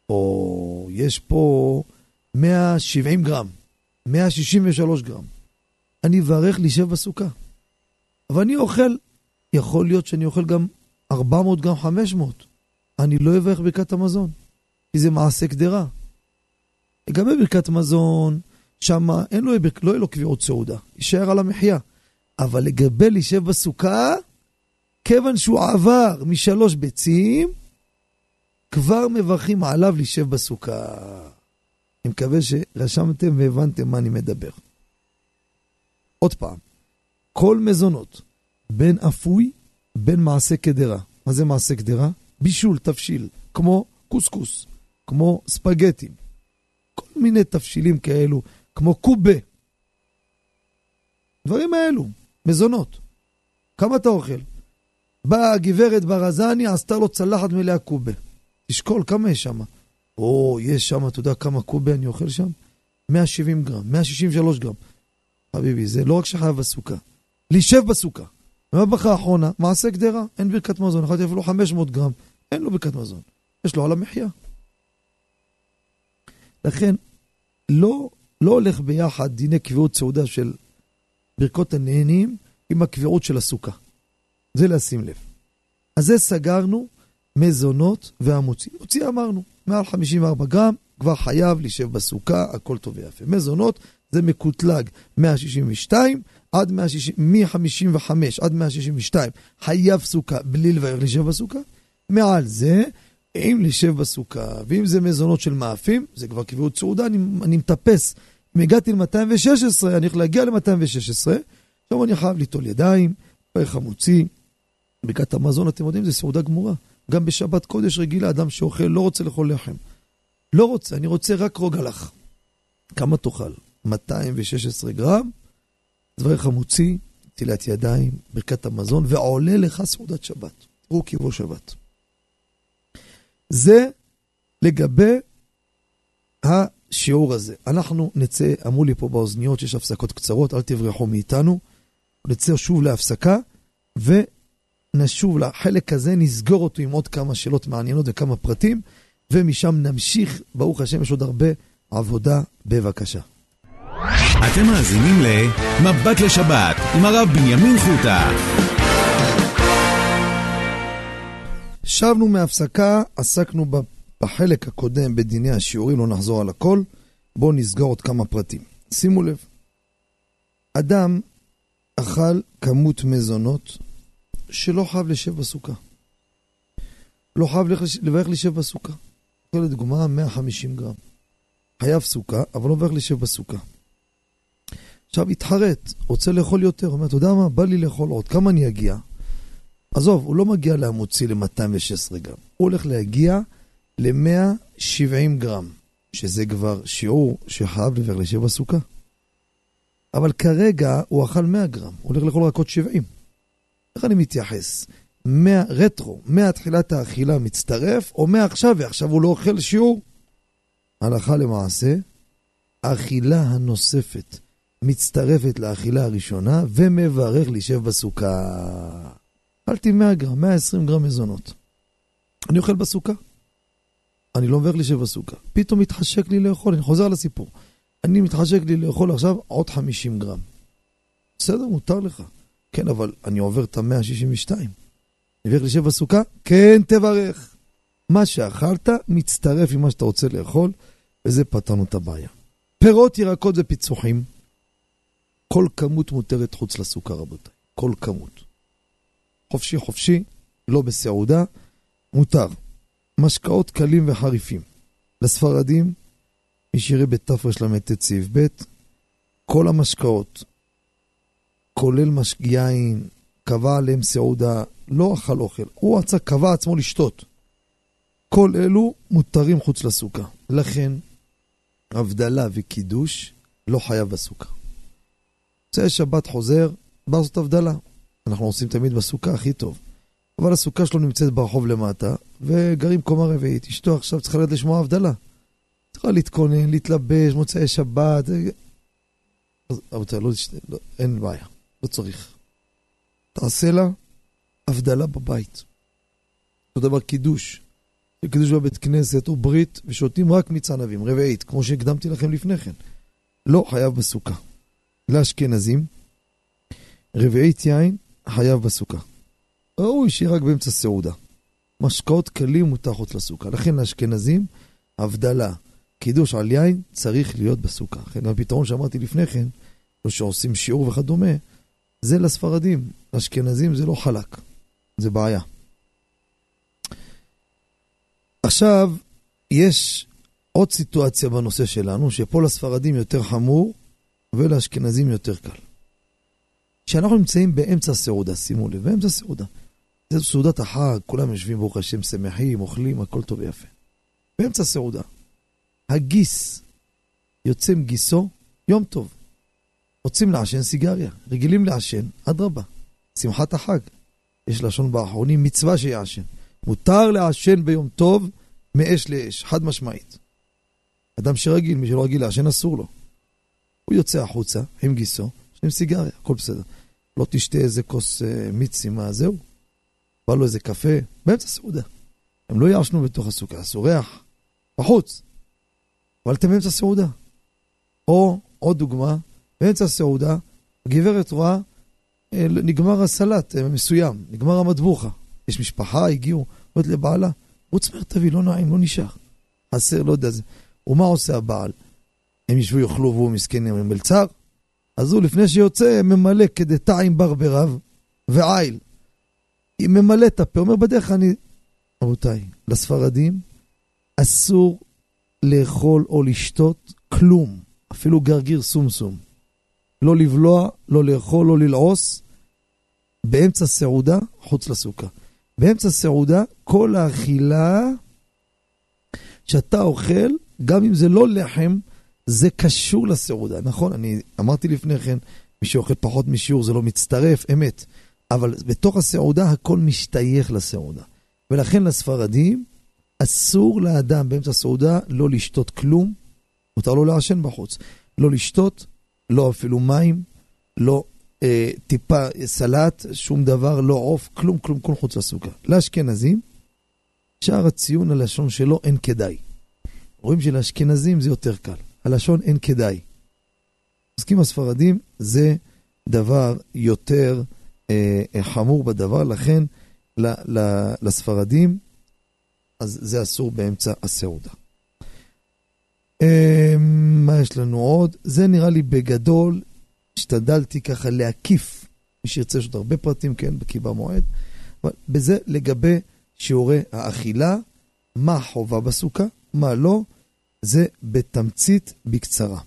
[SPEAKER 2] או יש פה מאה ושבעים גרם, מאה ושישים ושלוש גרם. אני אברך להישב בסוכה. אבל אני אוכל, יכול להיות שאני אוכל גם ארבע מאות גרם, חמש מאות. אני לא אברך ברכת המזון, כי זה מעשה קדרה. לגבי ברכת מזון, שם אין לו, לא יהיה לו קביעות סעודה, יישאר על המחיה. אבל לגבי להישב בסוכה, כיוון שהוא עבר משלוש ביצים, כבר מברכים עליו להישב בסוכה. אני מקווה שרשמתם והבנתם מה אני מדבר. עוד פעם, כל מזונות, בין אפוי, בין מעשה קדרה. מה זה מעשה קדרה? בישול, תפשיל, כמו קוסקוס, כמו ספגטים. כל מיני תפשילים כאלו, כמו קובה. דברים האלו, מזונות. כמה אתה אוכל? באה הגברת ברזני, עשתה לו צלחת מלאה קובה. תשקול, כמה יש שם? או, יש שם, אתה יודע כמה קובה אני אוכל שם? מאה ושבעים גרם, מאה ושישים ושלוש גרם. חביבי, זה לא רק שחייב בסוכה. להישב בסוכה. ובברכה האחרונה, מעשה קדרה, אין ברכת מזון. אחת אפילו חמש מאות גרם, אין לו ברכת מזון. יש לו על המחיה. לכן, לא, לא הולך ביחד דיני קביעות סעודה של ברכות הנהנים עם הקביעות של הסוכה. זה לשים לב. אז זה סגרנו מזונות והמוציא. מוציא אמרנו, מעל חמישים וארבע גרם, כבר חייב להישב בסוכה, הכל טוב ויפה. מזונות זה מקוטלג מאה שישים ושתיים עד מאה שישים, מ-חמישים וחמש עד מאה שישים ושתיים, חייב סוכה בלי לבאר להישב בסוכה. מעל זה, אם להישב בסוכה, ואם זה מזונות של מאפים, זה כבר קביעות סעודה, אני, אני מטפס. אם הגעתי ל-מאתיים ושש עשרה, אני יכול להגיע ל-מאתיים ושש עשרה, עכשיו אני חייב ליטול ידיים, פרח המוציא, ברכת המזון, אתם יודעים, זה סעודה גמורה. גם בשבת קודש רגילה, אדם שאוכל לא רוצה לאכול לחם. לא רוצה, אני רוצה רק רוגלח. כמה תאכל? מאתיים ושש עשרה גרם, דברך המוציא, תילת ידיים, ברכת המזון, ועולה לך סעודת שבת. תראו קיבו שבת. זה לגבי השיעור הזה. אנחנו נצא, אמרו לי פה באוזניות שיש הפסקות קצרות, אל תברחו מאיתנו. נצא שוב להפסקה, ונשוב לחלק הזה, נסגור אותו עם עוד כמה שאלות מעניינות וכמה פרטים, ומשם נמשיך, ברוך השם, יש עוד הרבה עבודה, בבקשה.
[SPEAKER 1] אתם מאזינים למבט לשבת עם הרב בנימין חוטה.
[SPEAKER 2] שבנו מהפסקה, עסקנו בחלק הקודם בדיני השיעורים, לא נחזור על הכל, בואו נסגור עוד כמה פרטים. שימו לב, אדם אכל כמות מזונות שלא חייב לשב בסוכה. לא חייב לברך לשב בסוכה. כל לדוגמה, מאה וחמישים גרם. חייב סוכה, אבל לא לברך לשב בסוכה. עכשיו התחרט, רוצה לאכול יותר, אומר, אתה יודע מה, בא לי לאכול עוד, כמה אני אגיע? עזוב, הוא לא מגיע להמוציא ל-מאתיים ושש עשרה גרם. הוא הולך להגיע ל-מאה ושבעים גרם, שזה כבר שיעור שחייב לברך לשב בסוכה. אבל כרגע הוא אכל מאה גרם, הוא הולך לאכול רק עוד שבעים. איך אני מתייחס? מאה, רטרו, מהתחילת האכילה מצטרף, או מעכשיו, ועכשיו הוא לא אוכל שיעור? הלכה למעשה, האכילה הנוספת מצטרפת לאכילה הראשונה, ומברך להישב בסוכה. אכלתי מאה גרם, מאה ועשרים גרם מזונות. אני אוכל בסוכה. אני לא מברך להישב בסוכה. פתאום מתחשק לי לאכול, אני חוזר לסיפור. אני מתחשק לי לאכול עכשיו עוד חמישים גרם. בסדר, מותר לך. כן, אבל אני עובר את ה-מאה שישים ושתיים. אני מברך להישב בסוכה? כן, תברך. מה שאכלת מצטרף עם מה שאתה רוצה לאכול, וזה פתרנו את הבעיה. פירות, ירקות ופיצוחים. כל כמות מותרת חוץ לסוכה, רבותיי. כל כמות. חופשי חופשי, לא בסעודה, מותר. משקאות קלים וחריפים. לספרדים, ישירי בתפרש למתת סעיף ב', כל המשקאות, כולל משגיין, קבע עליהם סעודה, לא אכל אוכל. הוא עצה, קבע עצמו לשתות. כל אלו מותרים חוץ לסוכה. לכן, הבדלה וקידוש לא חייב בסוכה. זה שבת חוזר, בא זאת הבדלה. אנחנו עושים תמיד בסוכה הכי טוב. אבל הסוכה שלו נמצאת ברחוב למטה, וגרים קומה רביעית. אשתו עכשיו צריכה ללכת לשמוע הבדלה. צריכה להתכונן, להתלבש, מוצאי שבת. אז, אבל לא, לא, אין בעיה, לא צריך. תעשה לה הבדלה בבית. אותו דבר קידוש. שקידוש בבית כנסת או ברית, ושותים רק מיץ ענבים, רביעית, כמו שהקדמתי לכם לפני כן. לא חייב בסוכה. לאשכנזים, רביעית יין חייב בסוכה. ראוי שיהיה רק באמצע סעודה. משקאות קלים מותר חוץ לסוכה. לכן לאשכנזים, הבדלה, קידוש על יין צריך להיות בסוכה. לכן הפתרון שאמרתי לפני כן, לא שעושים שיעור וכדומה, זה לספרדים. לאשכנזים זה לא חלק. זה בעיה. עכשיו, יש עוד סיטואציה בנושא שלנו, שפה לספרדים יותר חמור, ולאשכנזים יותר קל. כשאנחנו נמצאים באמצע הסעודה, שימו לב, באמצע הסעודה. זה סעודת החג, כולם יושבים ברוך השם, שמחים, אוכלים, הכל טוב ויפה. באמצע הסעודה. הגיס יוצא מגיסו, יום טוב. רוצים לעשן סיגריה, רגילים לעשן, עד רבה. שמחת החג. יש לשון באחרונים, מצווה שיעשן. מותר לעשן ביום טוב, מאש לאש, חד משמעית. אדם שרגיל, מי שלא רגיל לעשן, אסור לו. הוא יוצא החוצה, עם גיסו, עם סיגריה, הכל בסדר. לא תשתה איזה כוס אה, מיצי, מה זהו? בא לו איזה קפה, באמצע סעודה. הם לא יעשנו בתוך הסוכה, סורח, בחוץ. אבל אתם באמצע סעודה. או, עוד דוגמה, באמצע הסעודה, הגברת רואה, אה, נגמר הסלט אה, מסוים, נגמר המטבוחה. יש משפחה, הגיעו, אומרת לבעלה, רוץ מהר תביא, לא נעים, לא נשאר. חסר, לא יודע זה. ומה עושה הבעל? הם ישבו יאכלו והוא מסכן עם מלצר, אז הוא לפני שיוצא ממלא כדי טעים ברברב ועיל. היא ממלא את הפה, אומר בדרך אני... רבותיי, לספרדים אסור לאכול או לשתות כלום, אפילו גרגיר סומסום. לא לבלוע, לא לאכול, לא ללעוס, באמצע סעודה, חוץ לסוכה. באמצע סעודה, כל האכילה שאתה אוכל, גם אם זה לא לחם, זה קשור לסעודה, נכון? אני אמרתי לפני כן, מי שאוכל פחות משיעור זה לא מצטרף, אמת. אבל בתוך הסעודה הכל משתייך לסעודה. ולכן לספרדים, אסור לאדם באמצע הסעודה לא לשתות כלום, מותר לו לעשן בחוץ. לא לשתות, לא אפילו מים, לא אה, טיפה סלט, שום דבר, לא עוף, כלום, כלום, כל חוץ לסוכה. לאשכנזים, שער הציון הלשון שלו אין כדאי. רואים שלאשכנזים זה יותר קל. הלשון אין כדאי. מסכים הספרדים, זה דבר יותר אה, חמור בדבר, לכן ל, ל, לספרדים, אז זה אסור באמצע הסעודה. אה, מה יש לנו עוד? זה נראה לי בגדול, השתדלתי ככה להקיף, מי שירצה יש עוד הרבה פרטים, כן, בקי במועד, אבל בזה לגבי שיעורי האכילה, מה חובה בסוכה, מה לא, זה בתמצית בקצרה.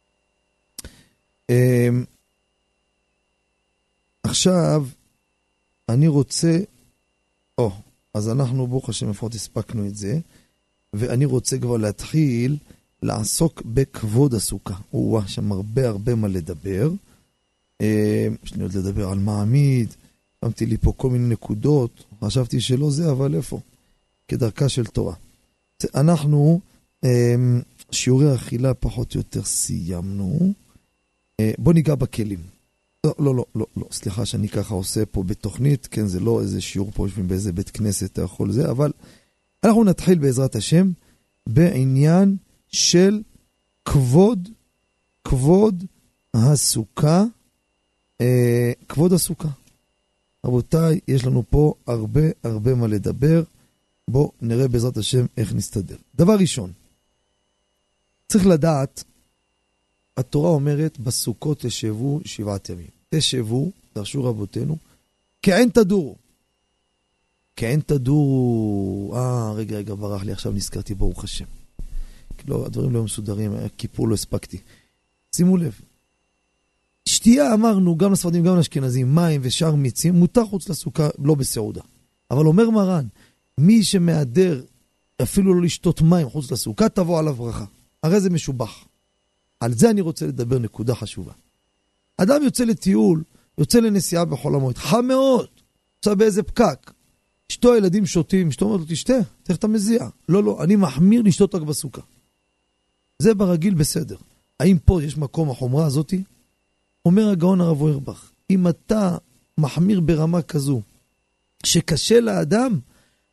[SPEAKER 2] עכשיו, אני רוצה, או, אז אנחנו ברוך השם לפחות הספקנו את זה, ואני רוצה כבר להתחיל לעסוק בכבוד הסוכה. הוא שם הרבה הרבה מה לדבר. יש לי עוד לדבר על מעמיד, שמתי לי פה כל מיני נקודות, חשבתי שלא זה, אבל איפה? כדרכה של תורה. אנחנו, שיעורי האכילה פחות או יותר סיימנו. בוא ניגע בכלים. לא, לא, לא, לא, לא, סליחה שאני ככה עושה פה בתוכנית, כן, זה לא איזה שיעור פה יושבים באיזה בית כנסת, אתה יכול זה, אבל אנחנו נתחיל בעזרת השם בעניין של כבוד, כבוד הסוכה, אה, כבוד הסוכה. רבותיי, יש לנו פה הרבה הרבה מה לדבר, בואו נראה בעזרת השם איך נסתדר. דבר ראשון, צריך לדעת, התורה אומרת, בסוכות תשבו שבעת ימים. תשבו, דרשו רבותינו, כעין תדורו. כעין תדורו, אה, רגע, רגע, ברח לי, עכשיו נזכרתי, ברוך השם. לא, הדברים לא מסודרים, כיפור לא הספקתי. שימו לב. שתייה אמרנו, גם לספרדים, גם לאשכנזים, מים ושאר מיצים, מותר חוץ לסוכה, לא בסעודה. אבל אומר מרן, מי שמהדר, אפילו לא לשתות מים חוץ לסוכה, תבוא עליו ברכה. הרי זה משובח. על זה אני רוצה לדבר נקודה חשובה. אדם יוצא לטיול, יוצא לנסיעה בחול המועד, חם מאוד, יוצא באיזה פקק. אשתו הילדים שותים, אשתו אומרת לו, תשתה, תכף אתה מזיע. לא, לא, אני מחמיר לשתות רק בסוכה. זה ברגיל בסדר. האם פה יש מקום החומרה הזאת? אומר הגאון הרב אוירבך, אם אתה מחמיר ברמה כזו, שקשה לאדם,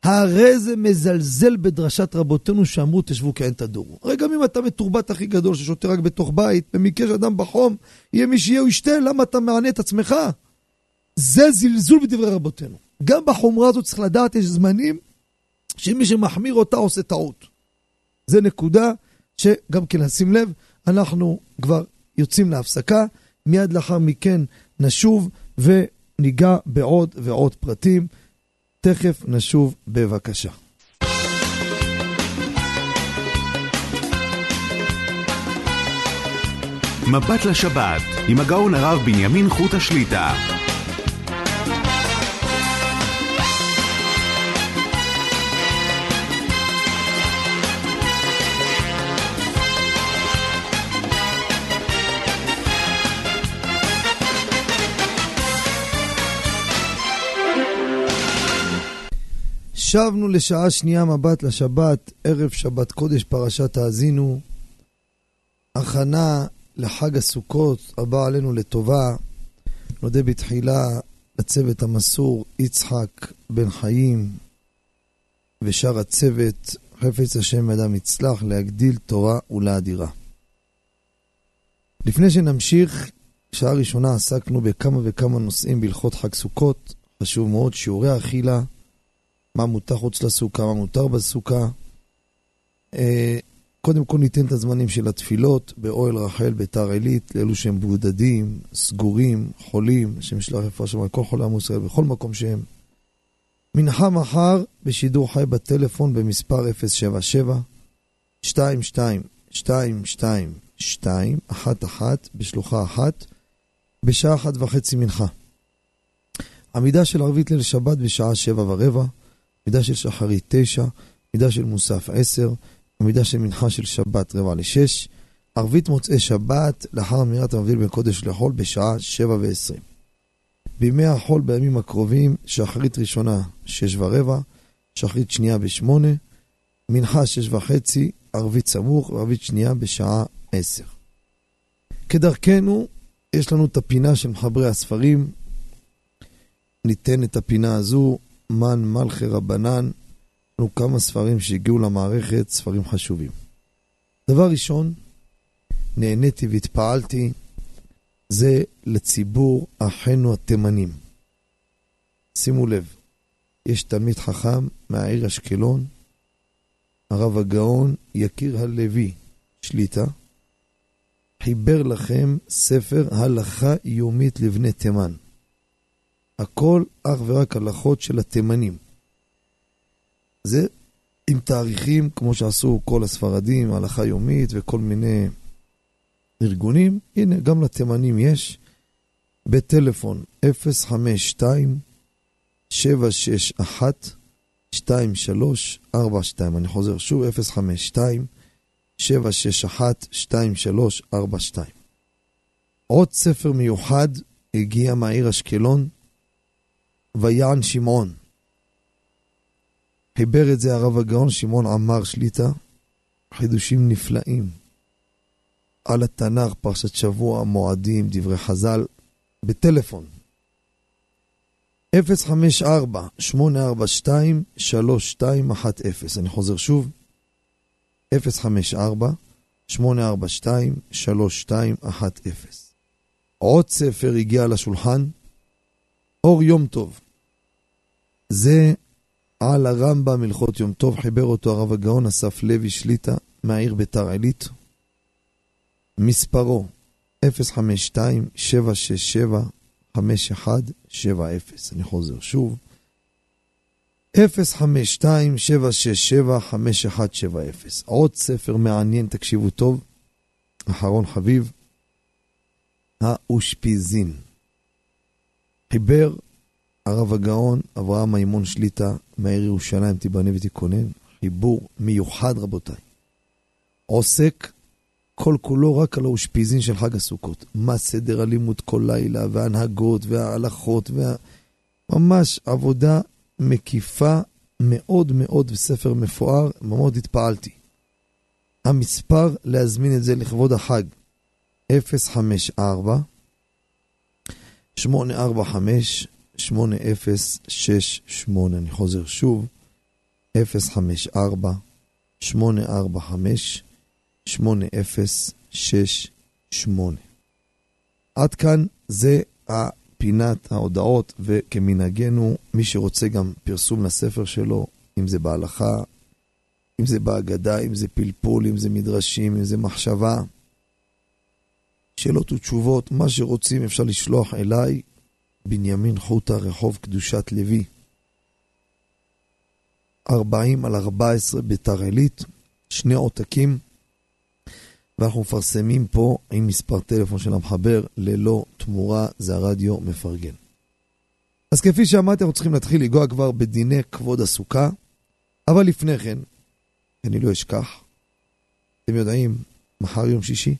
[SPEAKER 2] הרי זה מזלזל בדרשת רבותינו שאמרו תשבו כאין תדורו. הרי גם אם אתה מתורבת הכי גדול ששותה רק בתוך בית, במקרה שאדם בחום, יהיה מי שיהיה הוא ישתה, למה אתה מענה את עצמך? זה זלזול בדברי רבותינו. גם בחומרה הזאת צריך לדעת, יש זמנים שמי שמחמיר אותה עושה טעות. זה נקודה שגם כן נשים לב, אנחנו כבר יוצאים להפסקה, מיד לאחר מכן נשוב וניגע בעוד ועוד פרטים. תכף נשוב בבקשה.
[SPEAKER 1] מבט לשבת עם הגאון הרב בנימין חוטה שליטה.
[SPEAKER 2] שבנו לשעה שנייה מבט לשבת, ערב שבת קודש פרשת האזינו, הכנה לחג הסוכות הבא עלינו לטובה. נודה בתחילה לצוות המסור יצחק בן חיים ושאר הצוות, חפץ השם אדם יצלח להגדיל תורה ולאדירה. לפני שנמשיך, שעה ראשונה עסקנו בכמה וכמה נושאים בהלכות חג סוכות. חשוב מאוד שיעורי האכילה, מה מותר חוץ לסוכה, מה מותר בסוכה. קודם כל ניתן את הזמנים של התפילות באוהל רחל ביתר עילית, לאלו שהם מבודדים, סגורים, חולים, השם ישלח רפואה שלמה לכל חולי עמו ישראל בכל מקום שהם. מנחה מחר בשידור חי בטלפון במספר אפס שבע שבע שתיים שתיים שתיים שתיים שתיים אחת אחת בשלוחה אחת בשעה אחת וחצי מנחה. עמידה של ערבית ליל שבת בשעה שבע ורבע, עמידה של שחרית תשע, עמידה של מוסף עשר, עמידה של מנחה של שבת רבע לשש, ערבית מוצאי שבת לאחר אמירת המבדיל בין קודש לחול בשעה שבע ועשרים. בימי החול בימים הקרובים, שחרית ראשונה שש ורבע, שחרית שנייה בשמונה, מנחה שש וחצי, ערבית סמוך וערבית שנייה בשעה עשר. כדרכנו, יש לנו את הפינה של מחברי הספרים. ניתן את הפינה הזו, מן מלכי רבנן. לנו כמה ספרים שהגיעו למערכת, ספרים חשובים. דבר ראשון, נהניתי והתפעלתי, זה לציבור אחינו התימנים. שימו לב, יש תלמיד חכם מהעיר אשקלון, הרב הגאון יקיר הלוי שליטה, חיבר לכם ספר הלכה יומית לבני תימן. הכל אך ורק הלכות של התימנים. זה עם תאריכים כמו שעשו כל הספרדים, הלכה יומית וכל מיני ארגונים. הנה, גם לתימנים יש. בטלפון אפס חמש שתיים שבע שש אחת שתיים שלוש ארבע שתיים. אני חוזר שוב, אפס חמש שתיים שבע שש אחת שתיים שלוש ארבע שתיים. עוד ספר מיוחד הגיע מהעיר אשקלון, ויען שמעון. חיבר את זה הרב הגאון שמעון עמר שליטה, חידושים נפלאים על התנ"ך, פרשת שבוע, מועדים, דברי חז"ל, בטלפון אפס חמש ארבע שמונה ארבע שתיים שלוש שתיים אחת אפס. אני חוזר שוב, אפס חמש ארבע שמונה ארבע שתיים שלוש שתיים אחת אפס. עוד ספר הגיע לשולחן, אור יום טוב. זה על הרמב"ם הלכות יום טוב, חיבר אותו הרב הגאון אסף לוי שליטה מהעיר ביתר עילית. מספרו אפס חמש שתיים שבע שש שבע חמש אחת שבע אפס. אני חוזר שוב, אפס חמש שתיים שבע שש שבע חמש אחת שבע אפס. עוד ספר מעניין, תקשיבו טוב, אחרון חביב, האושפיזין. חיבר הרב הגאון אברהם מימון שליטה מהעיר ירושלים, תיבנה ותיכונן. חיבור מיוחד רבותיי, עוסק כל כולו רק על האושפיזין של חג הסוכות. מה סדר הלימוד כל לילה וההנהגות וההלכות וה... ממש עבודה מקיפה מאוד מאוד, וספר מפואר, מאוד התפעלתי. המספר להזמין את זה לכבוד החג אפס חמש ארבע שמונה ארבע חמש שמונה אפס שש שמונה. אני חוזר שוב, אפס חמש ארבע שמונה ארבע חמש שמונה אפס שש שמונה. עד כאן זה פינת ההודעות, וכמנהגנו מי שרוצה גם פרסום לספר שלו, אם זה בהלכה, אם זה בהגדה, אם זה פלפול, אם זה מדרשים, אם זה מחשבה, שאלות ותשובות, מה שרוצים אפשר לשלוח אליי, בנימין חוטה, רחוב קדושת לוי, ארבעים על ארבע עשרה ביתר עילית, שני עותקים, ואנחנו מפרסמים פה עם מספר טלפון של המחבר ללא תמורה, זה הרדיו מפרגן. אז כפי שאמרתי, אנחנו צריכים להתחיל לגוע כבר בדיני כבוד הסוכה, אבל לפני כן, אני לא אשכח, אתם יודעים, מחר יום שישי,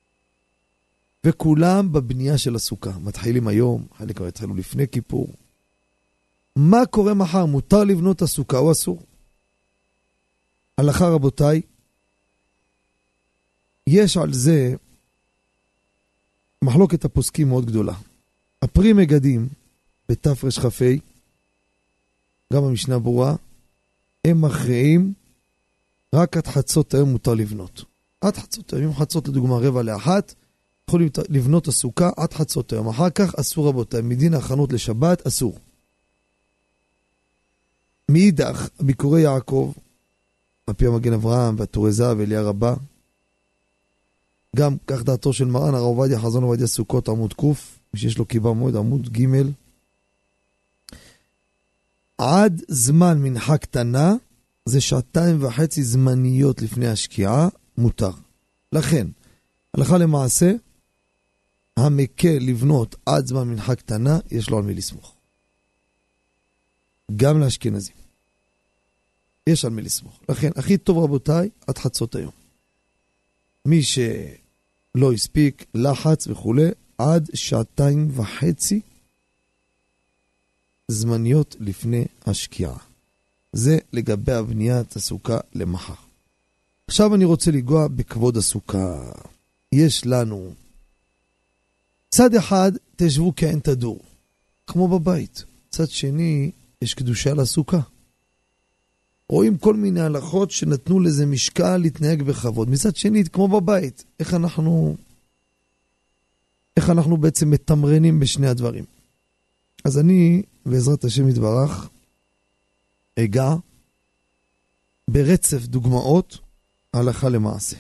[SPEAKER 2] וכולם בבנייה של הסוכה, מתחילים היום, חלק כבר התחילו לפני כיפור. מה קורה מחר? מותר לבנות הסוכה או אסור? הלכה רבותיי, יש על זה מחלוקת הפוסקים מאוד גדולה. הפרי מגדים בתפרש חפי, גם המשנה ברורה, הם מכריעים רק עד חצות היום מותר לבנות. עד חצות היום, חצות לדוגמה רבע לאחת, יכולים לבנות הסוכה עד חצות היום. אחר כך אסור רבותיי, מדין ההכנות לשבת אסור. מאידך, ביקורי יעקב, הפי המגן אברהם והתורזה ואליה רבה, גם כך דעתו של מרן הרב עובדיה חזון עובדיה סוכות עמוד קוף, מי שיש לו קיבה מועד עמוד ג', עד זמן מנחה קטנה, זה שעתיים וחצי זמניות לפני השקיעה, מותר. לכן, הלכה למעשה, המקל לבנות עד זמן מנחה קטנה, יש לו על מי לסמוך. גם לאשכנזים. יש על מי לסמוך. לכן, הכי טוב רבותיי, עד חצות היום. מי שלא הספיק, לחץ וכו', עד שעתיים וחצי זמניות לפני השקיעה. זה לגבי הבניית הסוכה למחר. עכשיו אני רוצה לגוע בכבוד הסוכה. יש לנו צד אחד תשבו כעין תדור, כמו בבית. צד שני יש קדושה לסוכה. רואים כל מיני הלכות שנתנו לזה משקל להתנהג בכבוד. מצד שני, כמו בבית, איך אנחנו איך אנחנו בעצם מתמרנים בשני הדברים. אז אני, בעזרת השם יתברך, אגע ברצף דוגמאות הלכה למעשה.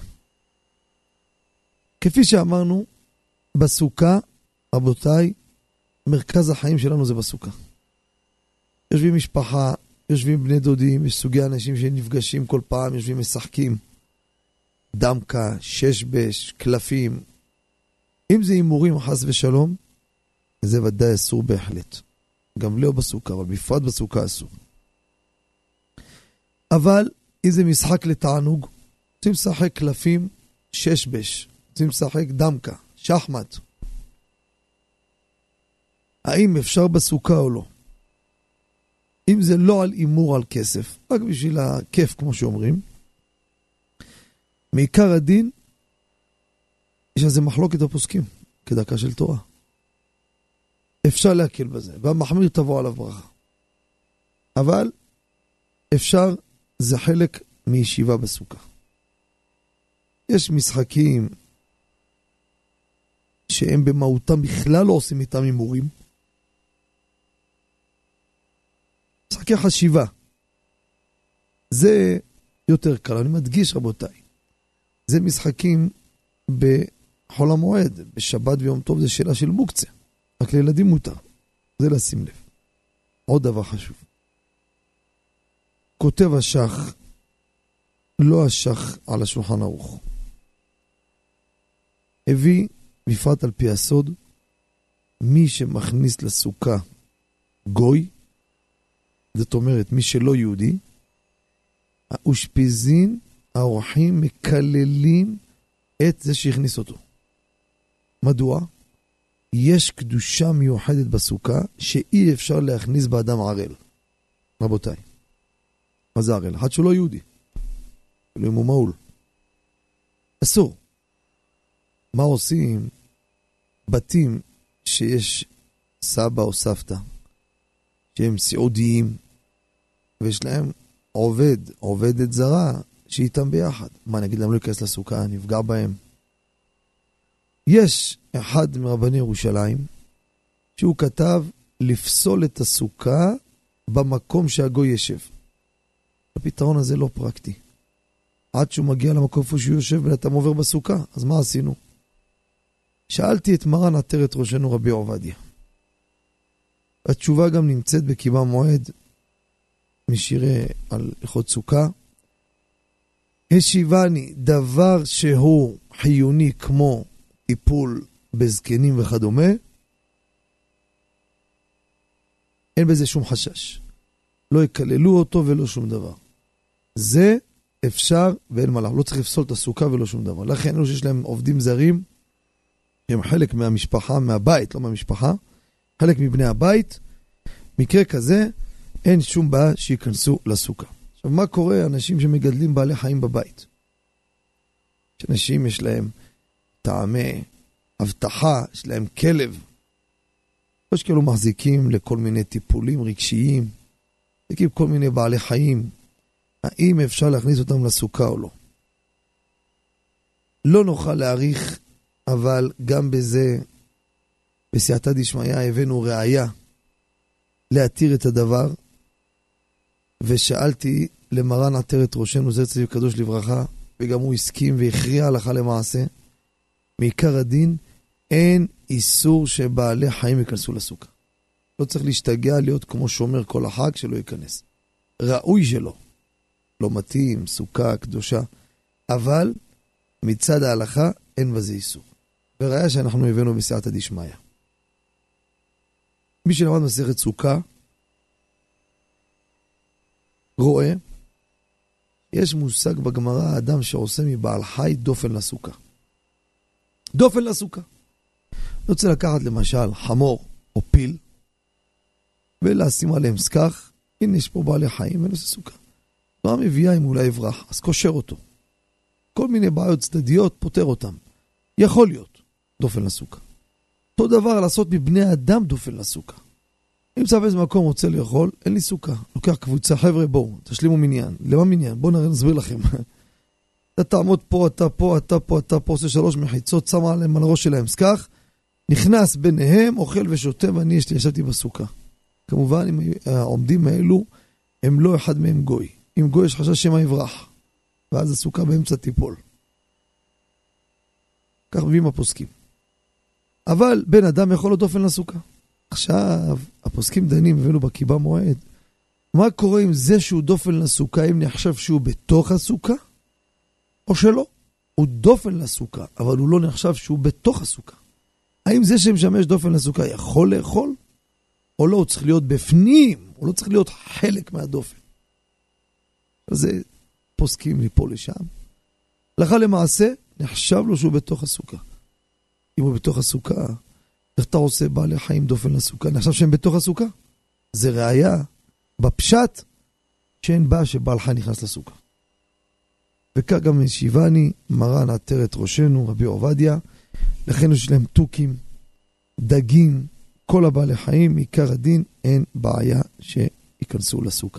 [SPEAKER 2] כפי שאמרנו, בסוכה, רבותיי, מרכז החיים שלנו זה בסוכה. יושבים משפחה, יושבים בני דודים, יש סוגי אנשים שנפגשים כל פעם, יושבים משחקים. דמקה, ששבש, קלפים. אם זה אימורים חס ושלום, זה ודאי אסור בהחלט. גם לא בסוכה, אבל בפרט בסוכה אסור. אבל אם זה משחק לתענוג, רוצים לשחק קלפים, ששבש, רוצים לשחק דמקה, שחמט. האם אפשר בסוכה או לא? אם זה לא על אימור על כסף, רק בשביל הכיף כמו שאומרים, מעיקר הדין, יש איזה מחלוקת הפוסקים, כדרכה של תורה. אפשר להקל בזה, והמחמיר תבוא עליו ברכה. אבל אפשר, זה חלק מישיבה בסוכה. יש משחקים שהם במהותם בכלל לא עושים איתם אימורים. משחקי חשיבה. זה יותר קל, אני מדגיש רבותיי. זה משחקים בחול המועד, בשבת ויום טוב, זה שאלה של מוקצה. רק לילדים מותר. זה לשים לב. עוד דבר חשוב. כותב השח, לא השח על השולחן ערוך. הביא, בפרט על פי הסוד, מי שמכניס לסוכה גוי, זאת אומרת, מי שלא יהודי, האושפיזין, האורחים, מקללים את זה שהכניס אותו. מדוע? יש קדושה מיוחדת בסוכה שאי אפשר להכניס באדם ערל. רבותיי, מה זה ערל? אחד שהוא לא יהודי. לא אם הוא מעול. אסור. מה עושים? בתים שיש סבא או סבתא, שהם סיעודיים, ויש להם עובד, עובדת זרה, שאיתם ביחד. מה, נגיד להם לא להיכנס לסוכה, נפגע בהם. יש אחד מרבני ירושלים, שהוא כתב לפסול את הסוכה במקום שהגוי ישב. הפתרון הזה לא פרקטי. עד שהוא מגיע למקום שהוא יושב ולאתם עובר בסוכה, אז מה עשינו? שאלתי את מרן עטרת ראשנו רבי עובדיה. התשובה גם נמצאת בקיבה מועד משירי על הלכות סוכה. השיבני, דבר שהוא חיוני כמו טיפול בזקנים וכדומה, אין בזה שום חשש. לא יקללו אותו ולא שום דבר. זה אפשר ואין מה לך. לא צריך לפסול את הסוכה ולא שום דבר. לכן אלו שיש להם עובדים זרים, הם חלק מהמשפחה, מהבית, לא מהמשפחה, חלק מבני הבית, מקרה כזה, אין שום בעיה שיכנסו לסוכה. עכשיו, מה קורה? אנשים שמגדלים בעלי חיים בבית. שאנשים יש להם טעמי הבטחה, יש להם כלב. יש כאלו מחזיקים לכל מיני טיפולים רגשיים, מחזיקים כל מיני בעלי חיים. האם אפשר להכניס אותם לסוכה או לא? לא נוכל להעריך, אבל גם בזה, בסייעתא דשמיא, הבאנו ראיה להתיר את הדבר, ושאלתי למרן עטרת ראשנו זצ"ל צדיק קדוש לברכה, וגם הוא הסכים והכריע הלכה למעשה, מעיקר הדין, אין איסור שבעלי חיים ייכנסו לסוכה. לא צריך להשתגע להיות כמו שומר כל החג שלא ייכנס. ראוי שלא. לא מתאים, סוכה, קדושה. אבל מצד ההלכה אין בזה איסור. וראיה שאנחנו הבאנו בסייעתא דשמיא. מי שלמד מסכת סוכה, רואה, יש מושג בגמרא, אדם שעושה מבעל חי דופן לסוכה. דופן לסוכה. לא רוצה לקחת למשל חמור או פיל, ולשים עליהם סכך, הנה יש פה בעלי חיים ונושא סוכה. מה מביאה אם הוא לא יברח? אז קושר אותו. כל מיני בעיות צדדיות פותר אותם. יכול להיות דופן לסוכה. אותו דבר לעשות מבני אדם דופן לסוכה. אם צו איזה מקום רוצה לאכול, אין לי סוכה. לוקח קבוצה, חבר'ה בואו, תשלימו מניין. למה מניין? בואו נסביר לכם. אתה תעמוד פה, אתה פה, אתה פה, אתה פה, עושה שלוש מחיצות, שמה עליהם על הראש שלהם סכך, נכנס ביניהם, אוכל ושותה, ואני יש לי, ישבתי בסוכה. כמובן, אם העומדים האלו, הם לא אחד מהם גוי. אם גוי יש חשש שמה יברח, ואז הסוכה באמצע טיפול. כך מביאים הפוסקים. אבל בן אדם יכול לו דופן לסוכה. עכשיו, הפוסקים דנים הבאנו בקיבה מועד. מה קורה עם זה שהוא דופן לסוכה, אם נחשב שהוא בתוך הסוכה, או שלא? הוא דופן לסוכה, אבל הוא לא נחשב שהוא בתוך הסוכה. האם זה שמשמש דופן לסוכה יכול לאכול? או לא, הוא צריך להיות בפנים, הוא לא צריך להיות חלק מהדופן. אז זה פוסקים מפה לשם. הלכה למעשה, נחשב לו שהוא בתוך הסוכה. אם הוא בתוך הסוכה, איך אתה עושה בעלי חיים דופן לסוכה? נחשב שהם בתוך הסוכה? זה ראיה בפשט שאין בעיה שבעל חי נכנס לסוכה. וכך גם משיבני, מרן עטרת ראשנו, רבי עובדיה, לכן יש להם תוכים, דגים, כל הבעלי חיים, עיקר הדין, אין בעיה שיכנסו לסוכה.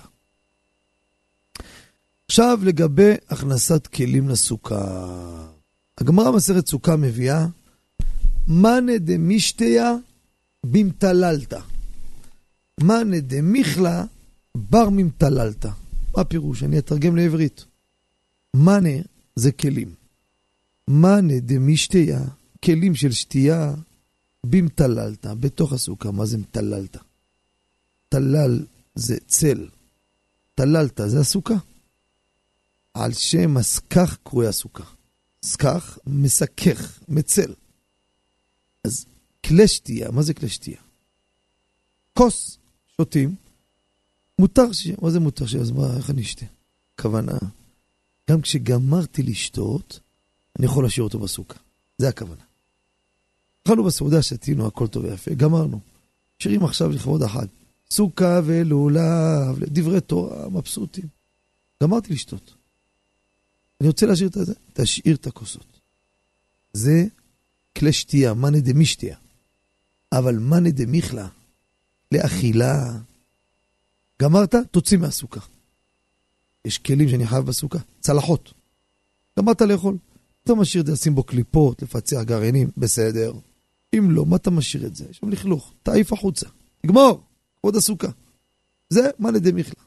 [SPEAKER 2] עכשיו לגבי הכנסת כלים לסוכה. הגמרא מסכת סוכה מביאה, מנה דמשתיה במתללתא. מנה דמיכלה בר ממתללתא. מה הפירוש? אני אתרגם לעברית. מנה זה כלים. מנה דמשתיה, כלים של שתייה, במתללתא, בתוך הסוכה. מה זה מתללתא? תלל זה צל. תללתא זה הסוכה. על שם הסכך קרוי הסוכה. סכך מסכך, מצל. אז כלי שתייה, מה זה כלי שתייה? כוס, שותים, מותר ש... מה זה מותר ש... אז מה, איך אני אשתה? כוונה, גם כשגמרתי לשתות, אני יכול להשאיר אותו בסוכה. זה הכוונה. אכלנו בסעודה, שתינו, הכל טוב ויפה, גמרנו. שירים עכשיו לכבוד החג. סוכה ולולב, דברי תורה, מבסוטים. גמרתי לשתות. אני רוצה להשאיר את זה, תשאיר את הכוסות. זה כלי שתייה, מנה דמשתיה. אבל מנה דמיכלה, לאכילה. גמרת? תוציא מהסוכה. יש כלים שאני חייב בסוכה, צלחות. גמרת לאכול, אתה משאיר את זה, לשים בו קליפות, לפצח גרעינים, בסדר. אם לא, מה אתה משאיר את זה? יש שם לכלוך, תעיף החוצה. נגמור, עוד הסוכה. זה מה לידי מכלה.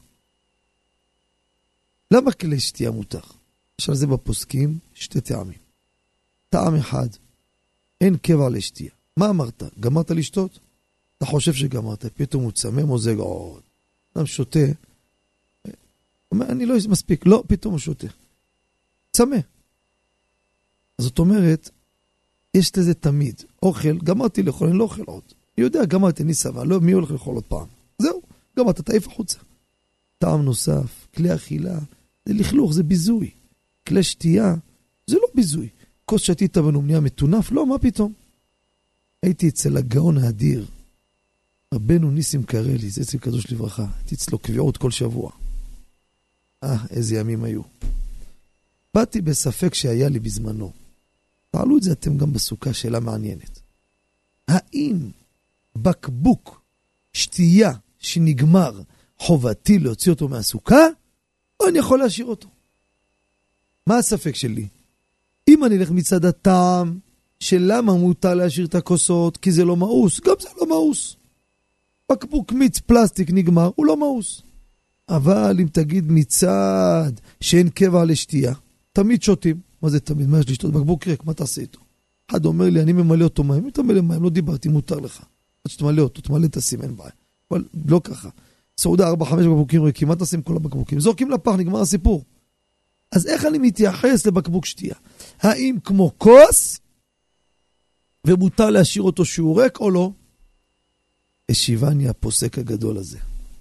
[SPEAKER 2] למה כלי שתייה מותר? יש על זה בפוסקים שתי טעמים. טעם אחד, אין קבע לשתייה. מה אמרת? גמרת לשתות? אתה חושב שגמרת, פתאום הוא צמא, מוזג עוד. אדם שותה, אומר, אני לא מספיק, לא, פתאום הוא שותה. צמא. אז זאת אומרת, יש לזה תמיד. אוכל, גמרתי לאכול, אני לא אוכל עוד. אני יודע, גמרתי, אני סבא, לא, מי הולך לאכול עוד פעם? זהו, גמרת, תעיף החוצה. טעם נוסף, כלי אכילה, זה לכלוך, זה ביזוי. כלי שתייה, זה לא ביזוי. כוס שתית בנו נהיה מטונף, לא, מה פתאום? הייתי אצל הגאון האדיר, רבנו ניסים קרלי, זה אצל קדוש לברכה, הייתי אצלו קביעות כל שבוע. אה, איזה ימים היו. באתי בספק שהיה לי בזמנו. תעלו את זה אתם גם בסוכה, שאלה מעניינת. האם בקבוק שתייה שנגמר חובתי להוציא אותו מהסוכה, או אני יכול להשאיר אותו? מה הספק שלי? אם אני אלך מצד הטעם, שלמה מותר להשאיר את הכוסות, כי זה לא מאוס, גם זה לא מאוס. בקבוק מיץ פלסטיק נגמר, הוא לא מאוס. אבל אם תגיד מצד שאין קבע לשתייה, תמיד שותים. מה זה תמיד? מה יש לשתות? בקבוק ריק, מה תעשה איתו? אחד אומר לי, אני ממלא אותו מים, אם תמלא מים, לא דיברתי, מותר לך. עד שתמלא אותו, תמלא את השים, אין בעיה. אבל לא ככה. סעודה ארבע חמש בקבוקים ריקים, מה תשים כל הבקבוקים? זורקים לפח, נגמר הסיפור. אז איך אני מתייחס לבקבוק שתייה? האם כמו כוס, ומותר להשאיר אותו שהוא ריק או לא? השיבני הפוסק הגדול הזה.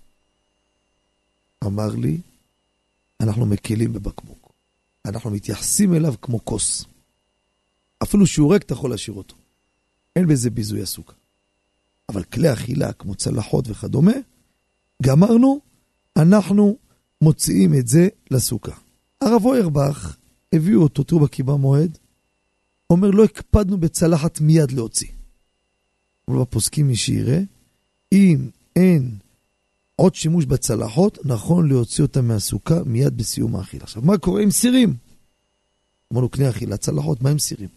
[SPEAKER 2] אמר לי, אנחנו מקלים בבקבוק. אנחנו מתייחסים אליו כמו כוס. אפילו שהוא ריק, אתה יכול להשאיר אותו. אין בזה ביזוי הסוכה. אבל כלי אכילה, כמו צלחות וכדומה, גמרנו, אנחנו מוציאים את זה לסוכה. הרב אוירבך, הביאו אותו, תראו בקיבה מועד, אומר, לא הקפדנו בצלחת מיד להוציא. אבל בפוסקים מי שיראה, אם אין עוד שימוש בצלחות, נכון להוציא אותה מהסוכה מיד בסיום האכילה. עכשיו, מה קורה עם סירים? אמרנו, כלי אכילה, צלחות, מה עם סירים?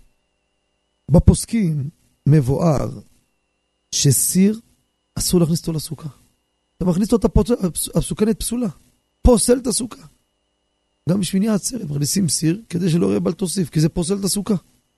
[SPEAKER 2] בפוסקים מבואר שסיר אסור להכניס אותו לסוכה. אתה מכניס אותו, הסוכנת פסולה. פוסל את הסוכה. גם בשמיני העצרת, מכניסים סיר כדי שלא יהיה בל תוסיף, כי זה פוסל את הסוכה.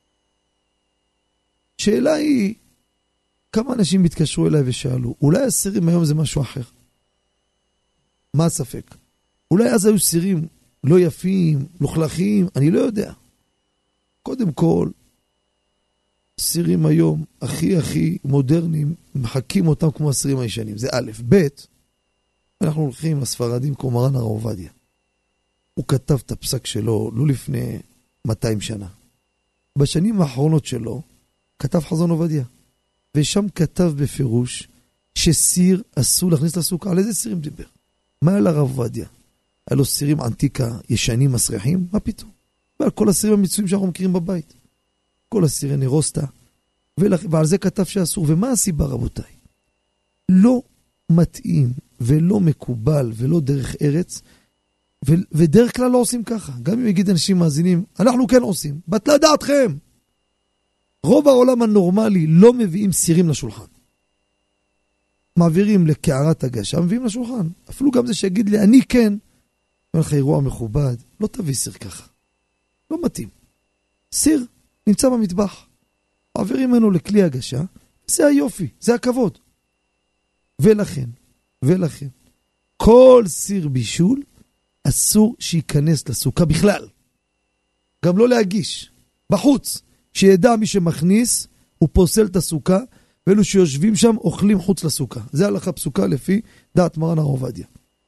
[SPEAKER 2] שאלה היא, כמה אנשים התקשרו אליי ושאלו, אולי הסירים היום זה משהו אחר? מה הספק? אולי אז היו סירים לא יפים, לוכלכים, אני לא יודע. קודם כל, סירים היום הכי הכי מודרניים, מחקים אותם כמו הסירים הישנים. זה א', ב', אנחנו הולכים לספרדים כמו מרן הרב עובדיה. הוא כתב את הפסק שלו לא לפני מאתיים שנה. בשנים האחרונות שלו, כתב חזון עובדיה. ושם כתב בפירוש שסיר אסור להכניס לסוכה. על איזה סירים דיבר? מה על הרב עובדיה? היה לו סירים ענתיקה, ישנים, מסריחים? מה פתאום? ועל כל הסירים המצויים שאנחנו מכירים בבית. כל הסירי נרוסטה. ועל זה כתב שאסור. ומה הסיבה, רבותיי? לא מתאים ולא מקובל ולא דרך ארץ, ו- ודרך כלל לא עושים ככה. גם אם יגיד אנשים מאזינים, אנחנו כן עושים. בטלה דעתכם. רוב העולם הנורמלי לא מביאים סירים לשולחן. מעבירים לקערת הגשה, מביאים לשולחן. אפילו גם זה שיגיד לי, אני כן, אומר לך אירוע מכובד, לא תביא סיר ככה. לא מתאים. סיר נמצא במטבח. מעבירים ממנו לכלי הגשה, זה היופי, זה הכבוד. ולכן, ולכן, כל סיר בישול אסור שייכנס לסוכה בכלל. גם לא להגיש. בחוץ. שידע מי שמכניס, הוא פוסל את הסוכה, ואלו שיושבים שם אוכלים חוץ לסוכה. זה הלכה פסוקה לפי דעת מרן הרב עובדיה.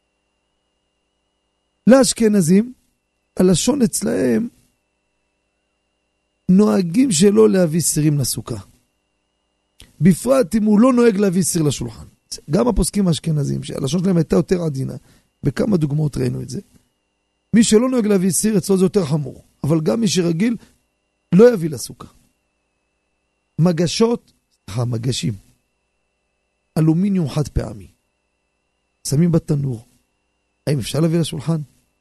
[SPEAKER 2] לאשכנזים, הלשון אצלהם, נוהגים שלא להביא סירים לסוכה. בפרט אם הוא לא נוהג להביא סיר לשולחן. גם הפוסקים האשכנזים, שהלשון שלהם הייתה יותר עדינה, בכמה דוגמאות ראינו את זה. מי שלא נוהג להביא סיר, אצלו זה יותר חמור. אבל גם מי שרגיל, לא יביא לסוכה. מגשות, המגשים, אלומיניום חד פעמי. שמים בתנור. האם אפשר להביא לשולחן?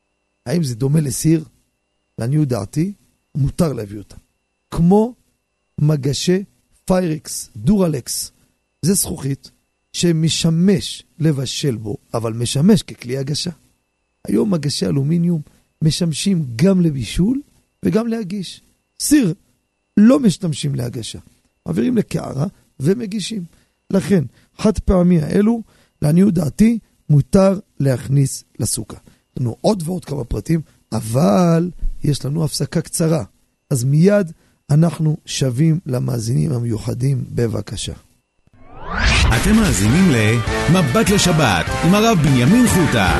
[SPEAKER 2] האם זה דומה לסיר? לעניות דעתי, מותר להביא אותם. כמו מגשי פיירקס, דורלקס. זה זכוכית שמשמש לבשל בו, אבל משמש ככלי הגשה. היום מגשי אלומיניום משמשים גם לבישול וגם להגיש. סיר לא משתמשים להגשה. מעבירים לקערה ומגישים. לכן, חד פעמי האלו, לעניות דעתי, מותר להכניס לסוכה. יש לנו עוד ועוד כמה פרטים, אבל יש לנו הפסקה קצרה. אז מיד אנחנו שווים למאזינים המיוחדים, בבקשה.
[SPEAKER 1] אתם מאזינים למבט לשבת עם הרב בנימין חוטה.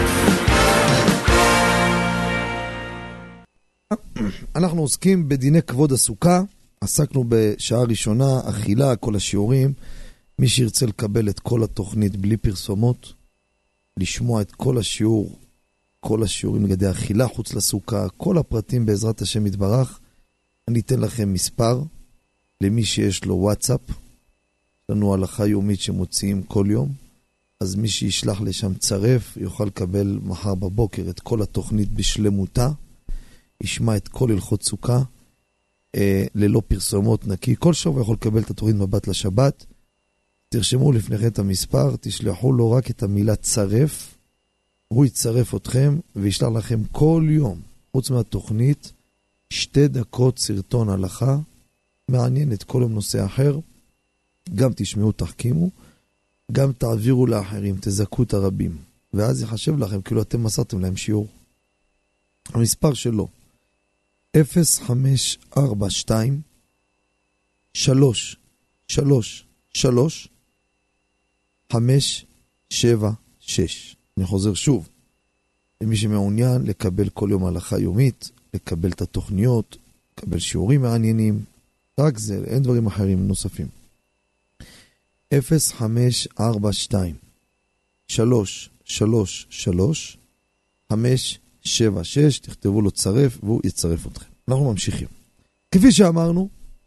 [SPEAKER 2] אנחנו עוסקים בדיני כבוד הסוכה. עסקנו בשעה ראשונה, אכילה, כל השיעורים. מי שירצה לקבל את כל התוכנית בלי פרסומות, לשמוע את כל השיעור, כל השיעורים לגבי אכילה חוץ לסוכה, כל הפרטים בעזרת השם יתברך, אני אתן לכם מספר למי שיש לו וואטסאפ. יש לנו הלכה יומית שמוציאים כל יום, אז מי שישלח לשם צרף יוכל לקבל מחר בבוקר את כל התוכנית בשלמותה, ישמע את כל הלכות סוכה, אה, ללא פרסומות נקי. כל שבוע יכול לקבל את התוכנית מבט לשבת. תרשמו לפניכם את המספר, תשלחו לו רק את המילה צרף, הוא יצרף אתכם וישלח לכם כל יום, חוץ מהתוכנית, שתי דקות סרטון הלכה, מעניין את כל יום נושא אחר, גם תשמעו, תחכימו, גם תעבירו לאחרים, תזכו את הרבים, ואז יחשב לכם כאילו אתם מסרתם להם שיעור. המספר שלו, אפס חמש ארבע שתיים שלוש שלוש שלוש חמש שבע שש. אני חוזר שוב, למי שמעוניין לקבל כל יום הלכה יומית, לקבל את התוכניות, לקבל שיעורים מעניינים, רק זה, אין דברים אחרים נוספים. אפס חמש ארבע שתיים שלוש שלוש שלוש חמש שבע שש, תכתבו לו צרף והוא יצרף אתכם. אנחנו ממשיכים. כפי שאמרנו,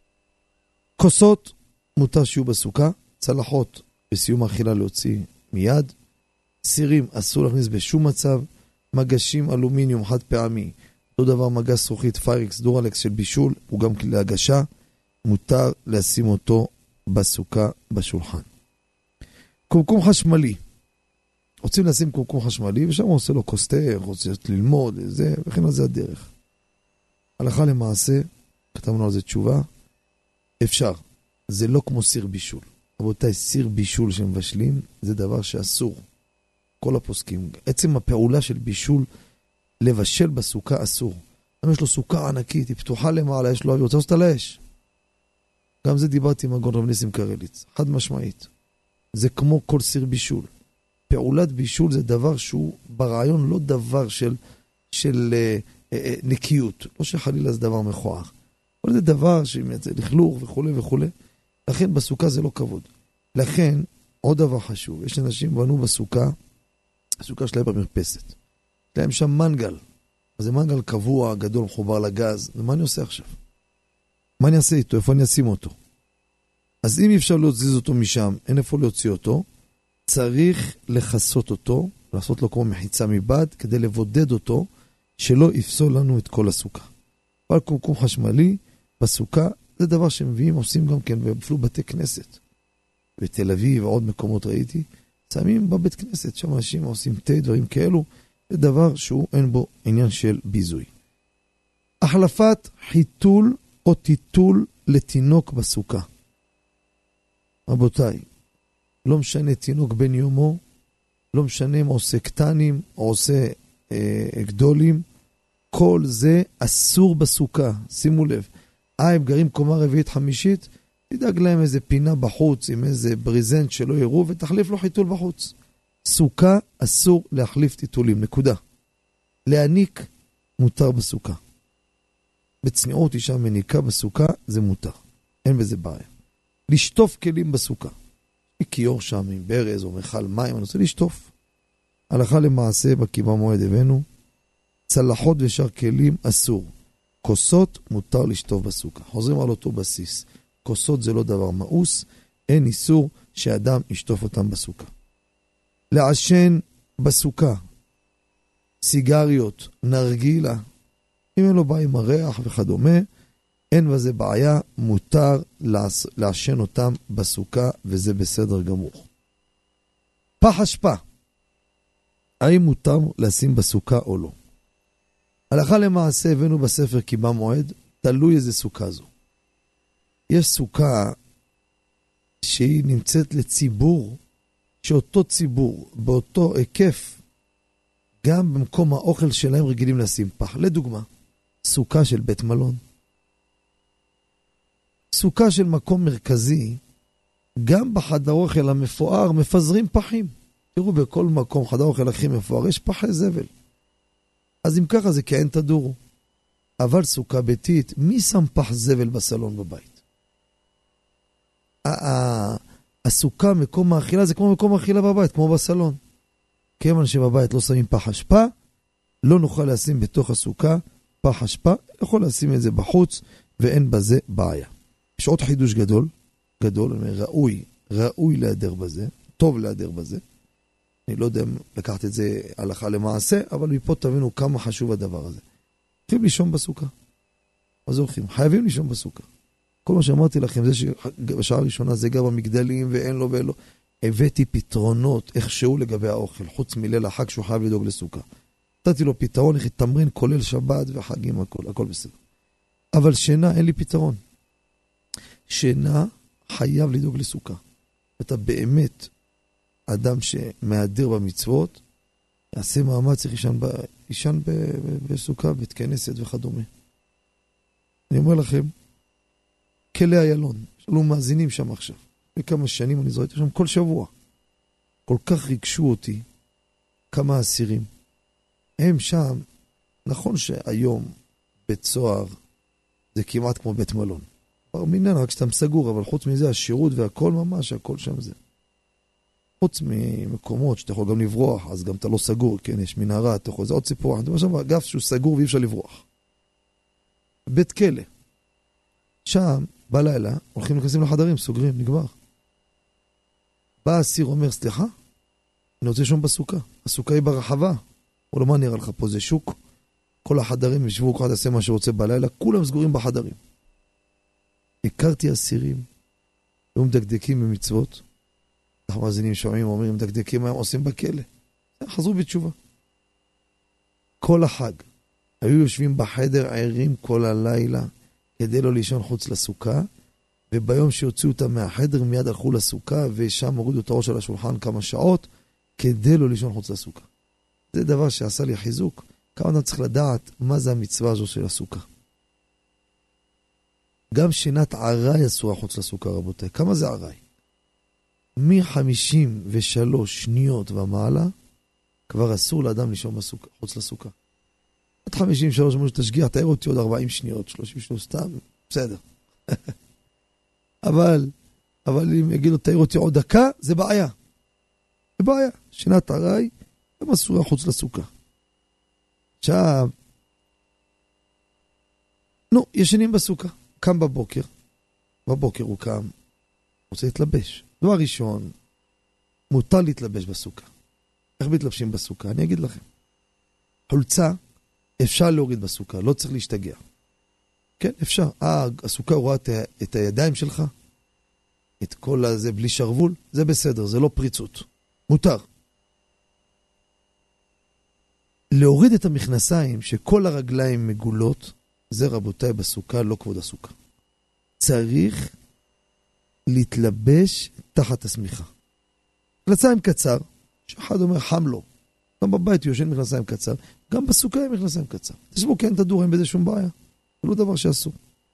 [SPEAKER 2] כוסות מותר שיהיו בסוכה, צלחות בסיום האכילה להוציא מיד, סירים אסור להכניס בשום מצב, מגשים אלומיניום חד פעמי, אותו דבר מגש זכוכית פיירקס דורלקס של בישול, הוא גם כלי הגשה, מותר לשים אותו בסוכה בשולחן. קומקום חשמלי, רוצים לשים קומקום חשמלי, ושם הוא עושה לו קוסטר, רוצה ללמוד, זה, וכן על זה הדרך. הלכה למעשה, כתבנו על זה תשובה, אפשר, זה לא כמו סיר בישול. רבותיי, סיר בישול שמבשלים, זה דבר שאסור. כל הפוסקים, עצם הפעולה של בישול, לבשל בסוכה אסור. אם יש לו סוכה ענקית, היא פתוחה למעלה, יש לו אוויר, רוצה לעשות על האש. גם זה דיברתי עם הגאון רב ניסים קרליץ, חד משמעית. זה כמו כל סיר בישול. פעולת בישול זה דבר שהוא ברעיון לא דבר של, של אה, אה, נקיות, לא שחלילה זה דבר מכוער. אבל זה דבר שמייצא לכלוך וכו' וכו'. לכן בסוכה זה לא כבוד. לכן, עוד דבר חשוב, יש אנשים בנו בסוכה, הסוכה שלהם במרפסת. יש להם שם מנגל. אז זה מנגל קבוע, גדול, מחובר לגז. ומה אני עושה עכשיו? מה אני אעשה איתו? איפה אני אשים אותו? אז אם אפשר להוציא אותו משם, אין איפה להוציא אותו, צריך לחסות אותו, לעשות לו כמו מחיצה מבד, כדי לבודד אותו, שלא יפסול לנו את כל הסוכה. אבל קומקום חשמלי, בסוכה, זה דבר שמביאים, עושים גם כן, אפילו בתי כנסת. בתל אביב ועוד מקומות ראיתי, שמים בבית כנסת, שם אנשים עושים תה, דברים כאלו, זה דבר שהוא אין בו עניין של ביזוי. החלפת חיתול או טיטול לתינוק בסוכה. רבותיי, לא משנה תינוק בן יומו, לא משנה אם עושה קטנים או עושה אה, גדולים, כל זה אסור בסוכה, שימו לב. אה, הם גרים קומה רביעית חמישית, תדאג להם איזה פינה בחוץ עם איזה בריזנט שלא יראו ותחליף לו חיתול בחוץ. סוכה אסור להחליף טיטולים, נקודה. להניק מותר בסוכה. בצניעות אישה מניקה בסוכה זה מותר, אין בזה בעיה. לשטוף כלים בסוכה. כיור שם עם ברז או מחל מים, אני רוצה לשטוף. הלכה למעשה בקיבה מועד הבאנו, צלחות ושאר כלים אסור. כוסות מותר לשטוף בסוכה. חוזרים על אותו בסיס. כוסות זה לא דבר מאוס, אין איסור שאדם ישטוף אותם בסוכה. לעשן בסוכה. סיגריות, נרגילה, אם אין לו בעיה עם הריח וכדומה, אין בזה בעיה, מותר לעשן אותם בסוכה, וזה בסדר גמור. פח אשפה, האם מותר לשים בסוכה או לא? הלכה למעשה הבאנו בספר קיבה מועד, תלוי איזה סוכה זו. יש סוכה שהיא נמצאת לציבור, שאותו ציבור, באותו היקף, גם במקום האוכל שלהם רגילים לשים פח. לדוגמה, סוכה של בית מלון. סוכה של מקום מרכזי, גם בחדר אוכל המפואר מפזרים פחים. תראו, בכל מקום חדר אוכל הכי מפואר יש פחי זבל. אז אם ככה זה כאין תדורו. אבל סוכה ביתית, מי שם פח זבל בסלון בבית? הסוכה, מקום האכילה, זה כמו מקום האכילה בבית, כמו בסלון. כיוון שבבית לא שמים פח אשפה, לא נוכל לשים בתוך הסוכה פח אשפה, יכול לשים את זה בחוץ, ואין בזה בעיה. יש עוד חידוש גדול, גדול, ראוי, ראוי להיעדר בזה, טוב להיעדר בזה. אני לא יודע אם לקחת את זה הלכה למעשה, אבל מפה תבינו כמה חשוב הדבר הזה. הולכים לישון בסוכה. מה זה הולכים? חייבים לישון בסוכה. כל מה שאמרתי לכם, זה שבשעה הראשונה זה גם המגדלים ואין לו ואין לו. הבאתי פתרונות איכשהו לגבי האוכל, חוץ מליל החג שהוא חייב לדאוג לסוכה. נתתי לו פתרון, איך תמרין כולל שבת וחגים, הכל, הכל בסדר. אבל שינה, אין לי פתרון. שינה חייב לדאוג לסוכה. אתה באמת אדם שמהדר במצוות, יעשה מאמץ, צריך ישן, ב, ישן ב, ב, בסוכה, בית כנסת וכדומה. אני אומר לכם, כלי איילון, יש לנו מאזינים שם עכשיו. וכמה שנים אני זורק שם כל שבוע. כל כך ריגשו אותי כמה אסירים. הם שם, נכון שהיום בית סוהר זה כמעט כמו בית מלון. מינן, רק שאתה סגור, אבל חוץ מזה השירות והכל ממש, הכל שם זה. חוץ ממקומות שאתה יכול גם לברוח, אז גם אתה לא סגור, כן, יש מנהרה, אתה יכול, זה עוד סיפור. אתה אומר שם אגף שהוא סגור ואי אפשר לברוח. בית כלא. שם, בלילה, הולכים לכנסים לחדרים, סוגרים, נגמר. בא האסיר אומר, סליחה, אני רוצה לישון בסוכה. הסוכה היא ברחבה. או לא, מה נראה לך פה, זה שוק? כל החדרים ישבו, כל אחד עושה מה שרוצה בלילה, כולם סגורים בחדרים. הכרתי אסירים, היו מדקדקים במצוות. אנחנו מאזינים שומעים, אומרים, מדקדקים מה הם עושים בכלא. חזרו בתשובה. כל החג, היו יושבים בחדר ערים כל הלילה, כדי לא לישון חוץ לסוכה, וביום שיוצאו אותם מהחדר מיד הלכו לסוכה, ושם הורידו את הראש על השולחן כמה שעות, כדי לא לישון חוץ לסוכה. זה דבר שעשה לי חיזוק. כמה אתה צריך לדעת מה זה המצווה הזו של הסוכה. גם שינת ערי אסורה חוץ לסוכה, רבותיי. כמה זה ערי? מ-חמישים ושלוש שניות ומעלה, כבר אסור לאדם לישון בסוכה, חוץ לסוכה. עד חמישים ושלוש אמרו שתשגיח, תאר אותי עוד ארבעים שניות, שלושים שניות, סתם, בסדר. אבל, אבל אם יגידו תאר אותי עוד דקה, זה בעיה. זה בעיה. שינת ערי, הם אסורה חוץ לסוכה. עכשיו, נו, ישנים בסוכה. קם בבוקר, בבוקר הוא קם, רוצה להתלבש. דבר ראשון, מותר להתלבש בסוכה. איך מתלבשים בסוכה? אני אגיד לכם. חולצה, אפשר להוריד בסוכה, לא צריך להשתגע. כן, אפשר. אה, הסוכה רואה את, את הידיים שלך, את כל הזה בלי שרוול, זה בסדר, זה לא פריצות. מותר. להוריד את המכנסיים שכל הרגליים מגולות, זה רבותיי בסוכה, לא כבוד הסוכה. צריך להתלבש תחת הסמיכה. מכנסיים קצר, שאחד אומר חם לו. גם בבית יושן מכנסיים קצר, גם בסוכה הם מכנסיים קצר. תשמעו, כן תדור, אין בזה שום בעיה. זה לא דבר שאסור.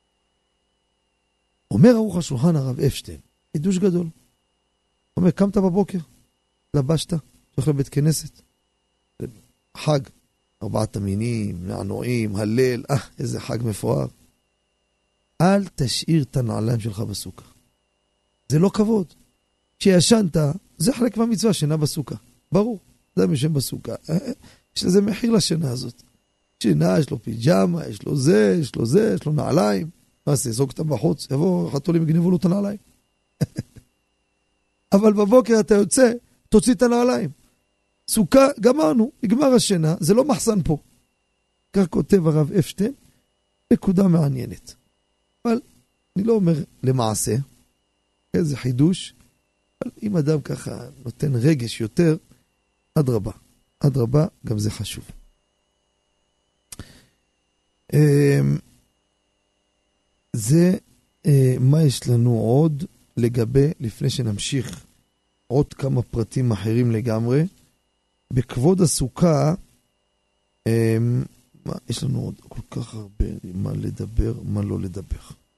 [SPEAKER 2] אומר ערוך השולחן הרב אפשטיין, חידוש גדול. אומר, קמת בבוקר, לבשת, הולך לבית כנסת, חג, ארבעת המינים, נענועים, הלל, אה, איזה חג מפואר. אל תשאיר את הנעליים שלך בסוכה. זה לא כבוד. כשישנת, זה חלק מהמצווה, שינה בסוכה. ברור, זה משם בסוכה. יש לזה מחיר לשינה הזאת. שינה, יש לו פיג'מה, יש לו זה, יש לו זה, יש לו נעליים. מה זה, זוג אותם בחוץ, יבוא חתולים יגנבו לו את הנעליים. אבל בבוקר אתה יוצא, תוציא את הנעליים. סוכה, גמרנו, נגמר השינה, זה לא מחסן פה. כך כותב הרב אפשטיין, נקודה מעניינת. אבל אני לא אומר למעשה, איזה חידוש, אבל אם אדם ככה נותן רגש יותר, עד רבה. עד רבה, גם זה חשוב. זה מה יש לנו עוד לגבי, לפני שנמשיך עוד כמה פרטים אחרים לגמרי. בכבוד הסוכה, מה, יש לנו עוד כל כך הרבה מה לדבר, מה לא לדבר.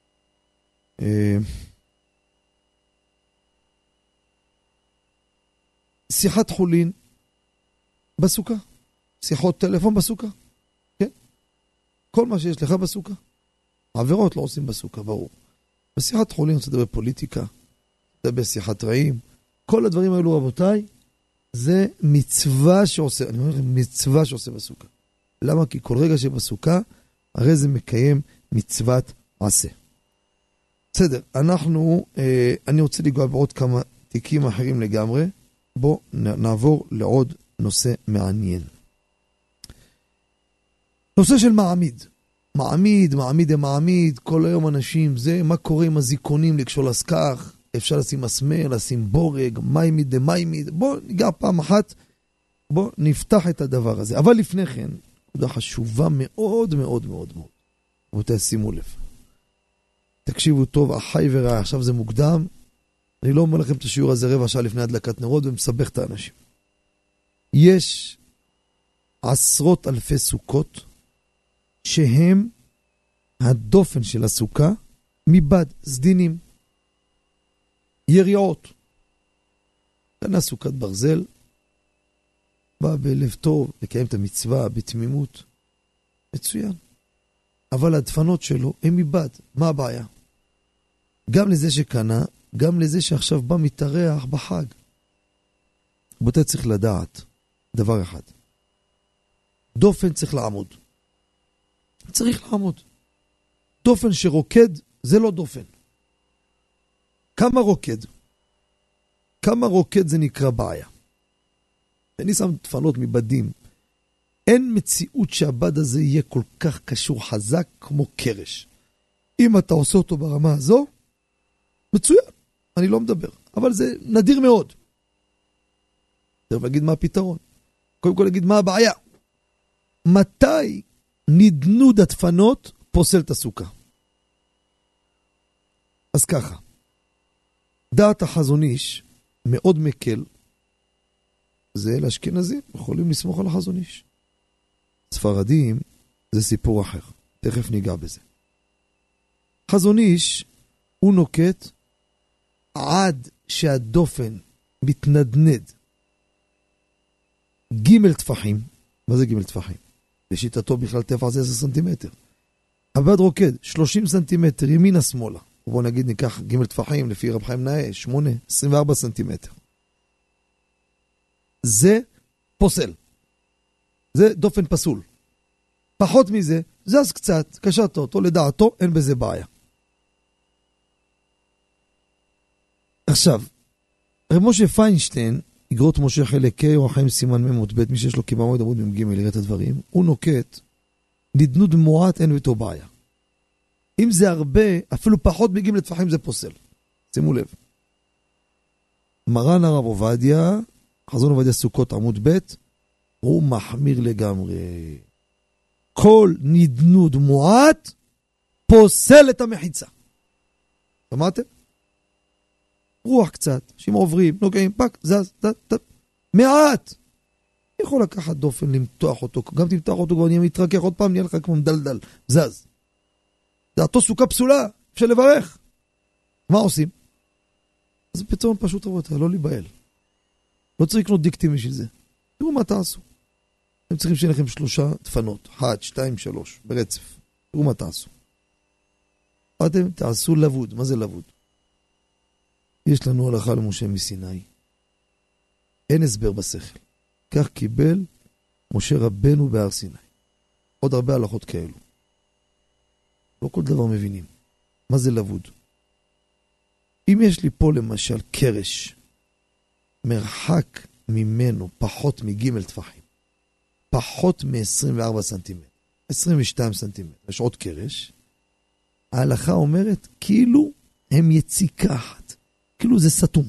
[SPEAKER 2] שיחת חולין בסוכה. שיחות טלפון בסוכה. כן? כל מה שיש לך בסוכה. עבירות לא עושים בסוכה, ברור. בשיחת חולין רוצה לדבר פוליטיקה, לדבר שיחת רעים. כל הדברים האלו, רבותיי, זה מצווה שעושה, אני אומר מצווה שעושה בסוכה. למה? כי כל רגע שבסוכה, הרי זה מקיים מצוות עשה. בסדר, אנחנו, אה, אני רוצה לגוע בעוד כמה תיקים אחרים לגמרי. בואו נעבור לעוד נושא מעניין. נושא של מעמיד. מעמיד, מעמיד, מעמיד, כל היום אנשים, זה מה קורה עם הזיכונים לקשור לסכך, אפשר לשים מסמר, לשים בורג, מיימיד דמיימיד. בואו ניגע פעם אחת, בואו נפתח את הדבר הזה. אבל לפני כן, נקודה חשובה מאוד מאוד מאוד מאוד. רבותיי, שימו לב. תקשיבו טוב, אחי ורעי, עכשיו זה מוקדם. אני לא אומר לכם את השיעור הזה רבע שעה לפני הדלקת נרות ומסבך את האנשים. יש עשרות אלפי סוכות שהם הדופן של הסוכה מבד, סדינים, יריעות. קנה סוכת ברזל, בא בלב טוב לקיים את המצווה בתמימות, מצוין. אבל הדפנות שלו הם מבד, מה הבעיה? גם לזה שקנה, גם לזה שעכשיו בא מתארח בחג. רבותיי, צריך לדעת דבר אחד. דופן צריך לעמוד. צריך לעמוד. דופן שרוקד זה לא דופן. כמה רוקד? כמה רוקד זה נקרא בעיה. אני שם דפנות מבדים. אין מציאות שהבד הזה יהיה כל כך קשור חזק כמו קרש. אם אתה עושה אותו ברמה הזו, מצוין. אני לא מדבר. אבל זה נדיר מאוד. צריך להגיד מה הפתרון. קודם כל להגיד מה הבעיה. מתי נדנוד הדפנות פוסל את הסוכה? אז ככה. דעת החזון איש מאוד מקל. זה לאשכנזים, יכולים לסמוך על החזון איש. ספרדים זה סיפור אחר. תכף ניגע בזה. חזון איש הוא נוקט עד שהדופן מתנדנד ג' טפחים. מה זה ג' טפחים? לשיטתו בכלל טפח זה עשרה סנטימטר. הבד רוקד שלושים סנטימטר ימינה שמאלה. ובוא נגיד ניקח ג' טפחים לפי רב חיים נאה שמונה, עשרים וארבע סנטימטר. זה פוסל. זה דופן פסול. פחות מזה, זז קצת, קשרת אותו, לדעתו, אין בזה בעיה. עכשיו, רב משה פיינשטיין, אגרות משה חלק ה' או החיים סימן ממות ב', מי שיש לו כמעמוד עמוד ממג' לראה את הדברים, הוא נוקט, נדנוד מועט אין ביתו בעיה. אם זה הרבה, אפילו פחות מגיעים לטפחים זה פוסל. שימו לב. מרן הרב עובדיה, חזון עובדיה סוכות עמוד ב', הוא מחמיר לגמרי. כל נדנוד מועט פוסל את המחיצה. שמעתם? רוח קצת, אנשים עוברים, נוגעים, פק, זז, זז, זז, מעט. יכול לקחת דופן, למתוח אותו, גם תמתח אותו, כבר נהיה מתרכך, עוד פעם נהיה לך כמו מדלדל, זז. דעתו סוכה פסולה, אפשר לברך. מה עושים? אז פתרון פשוט רבותיי, לא להיבהל. לא צריך לקנות דיקטים בשביל זה. תראו מה תעשו. אתם צריכים שיהיה לכם שלושה דפנות, אחת, שתיים, שלוש, ברצף. תראו מה תעשו. אתם תעשו לבוד. מה זה לבוד? יש לנו הלכה למשה מסיני. אין הסבר בשכל. כך קיבל משה רבנו בהר סיני. עוד הרבה הלכות כאלו. לא כל דבר מבינים. מה זה לבוד? אם יש לי פה למשל קרש, מרחק ממנו פחות מג' טפחים, פחות מ-עשרים וארבע סנטימטר, עשרים ושתיים סנטימטר, יש עוד קרש, ההלכה אומרת כאילו הם יציקה אחת, כאילו זה סתום.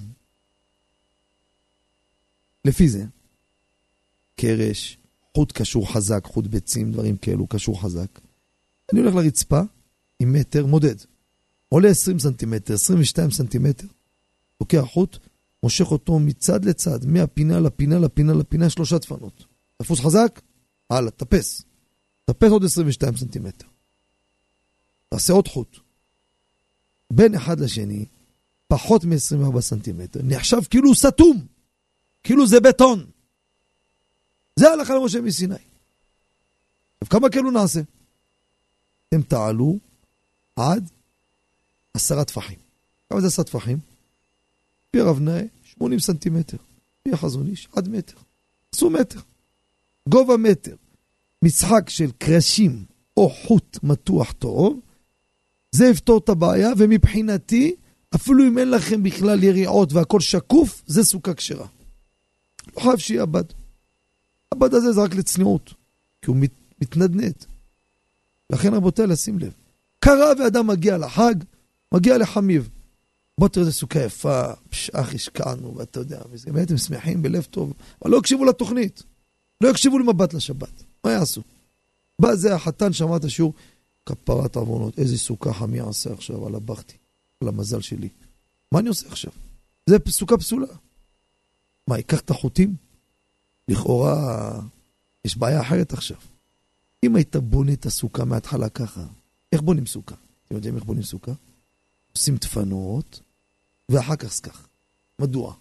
[SPEAKER 2] לפי זה, קרש, חוט קשור חזק, חוט ביצים, דברים כאלו, קשור חזק. אני הולך לרצפה עם מטר, מודד. עולה עשרים סנטימטר, עשרים ושתיים סנטימטר. לוקח חוט, מושך אותו מצד לצד, מהפינה לפינה לפינה לפינה, שלושה דפנות. תפוס חזק, הלאה, תפס. תפס עוד עשרים ושתיים סנטימטר. תעשה עוד חוט. בין אחד לשני, פחות מ-עשרים וארבע סנטימטר. נחשב כאילו סתום. כאילו זה בטון. זה הלכה למשה מסיני. כמה כאלו נעשה? אתם תעלו עד עשרה טפחים. כמה זה עשרה טפחים? פי רב נאה, שמונים סנטימטר. פי החזון איש, עד מטר. עשו מטר. גובה מטר. משחק של קרשים או חוט מתוח טוב, זה יפתור את הבעיה, ומבחינתי, אפילו אם אין לכם בכלל יריעות והכל שקוף, זה סוכה כשרה. לא חייב שיהיה הבד. הבד הזה זה רק לצניעות, כי הוא מת, מתנדנד. לכן רבותיי, לשים לב. קרה ואדם מגיע לחג, מגיע לחמיב. בוא תראה, זה סוכה יפה, פשח השקענו, ואתה יודע, באמת הם שמחים בלב טוב, אבל לא הקשיבו לתוכנית. לא הקשיבו למבט לשבת. מה יעשו? בא זה החתן, שמע את השיעור, כפרת עוונות, איזה סוכה חמי עשה עכשיו על הבכתי, על המזל שלי. מה אני עושה עכשיו? זה סוכה פסולה. מה, ייקח את החוטים? לכאורה, יש בעיה אחרת עכשיו. אם היית בונה את הסוכה מההתחלה ככה, איך בונים סוכה? אתם יודעים איך בונים סוכה? עושים דפנות, ואחר כך סכך. מדוע?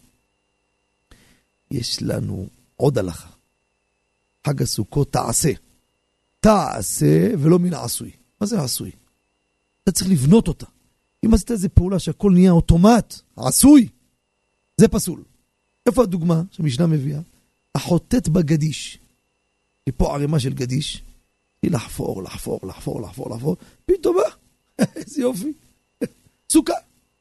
[SPEAKER 2] יש לנו עוד הלכה. חג הסוכות תעשה. תעשה ולא מן עשוי. מה זה עשוי? אתה צריך לבנות אותה. אם עשית איזו פעולה שהכל נהיה אוטומט, עשוי, זה פסול. איפה הדוגמה שהמשנה מביאה? החוטט בגדיש. היא פה ערימה של גדיש. היא לחפור, לחפור, לחפור, לחפור, לחפור. פתאום בא. איזה יופי. סוכה.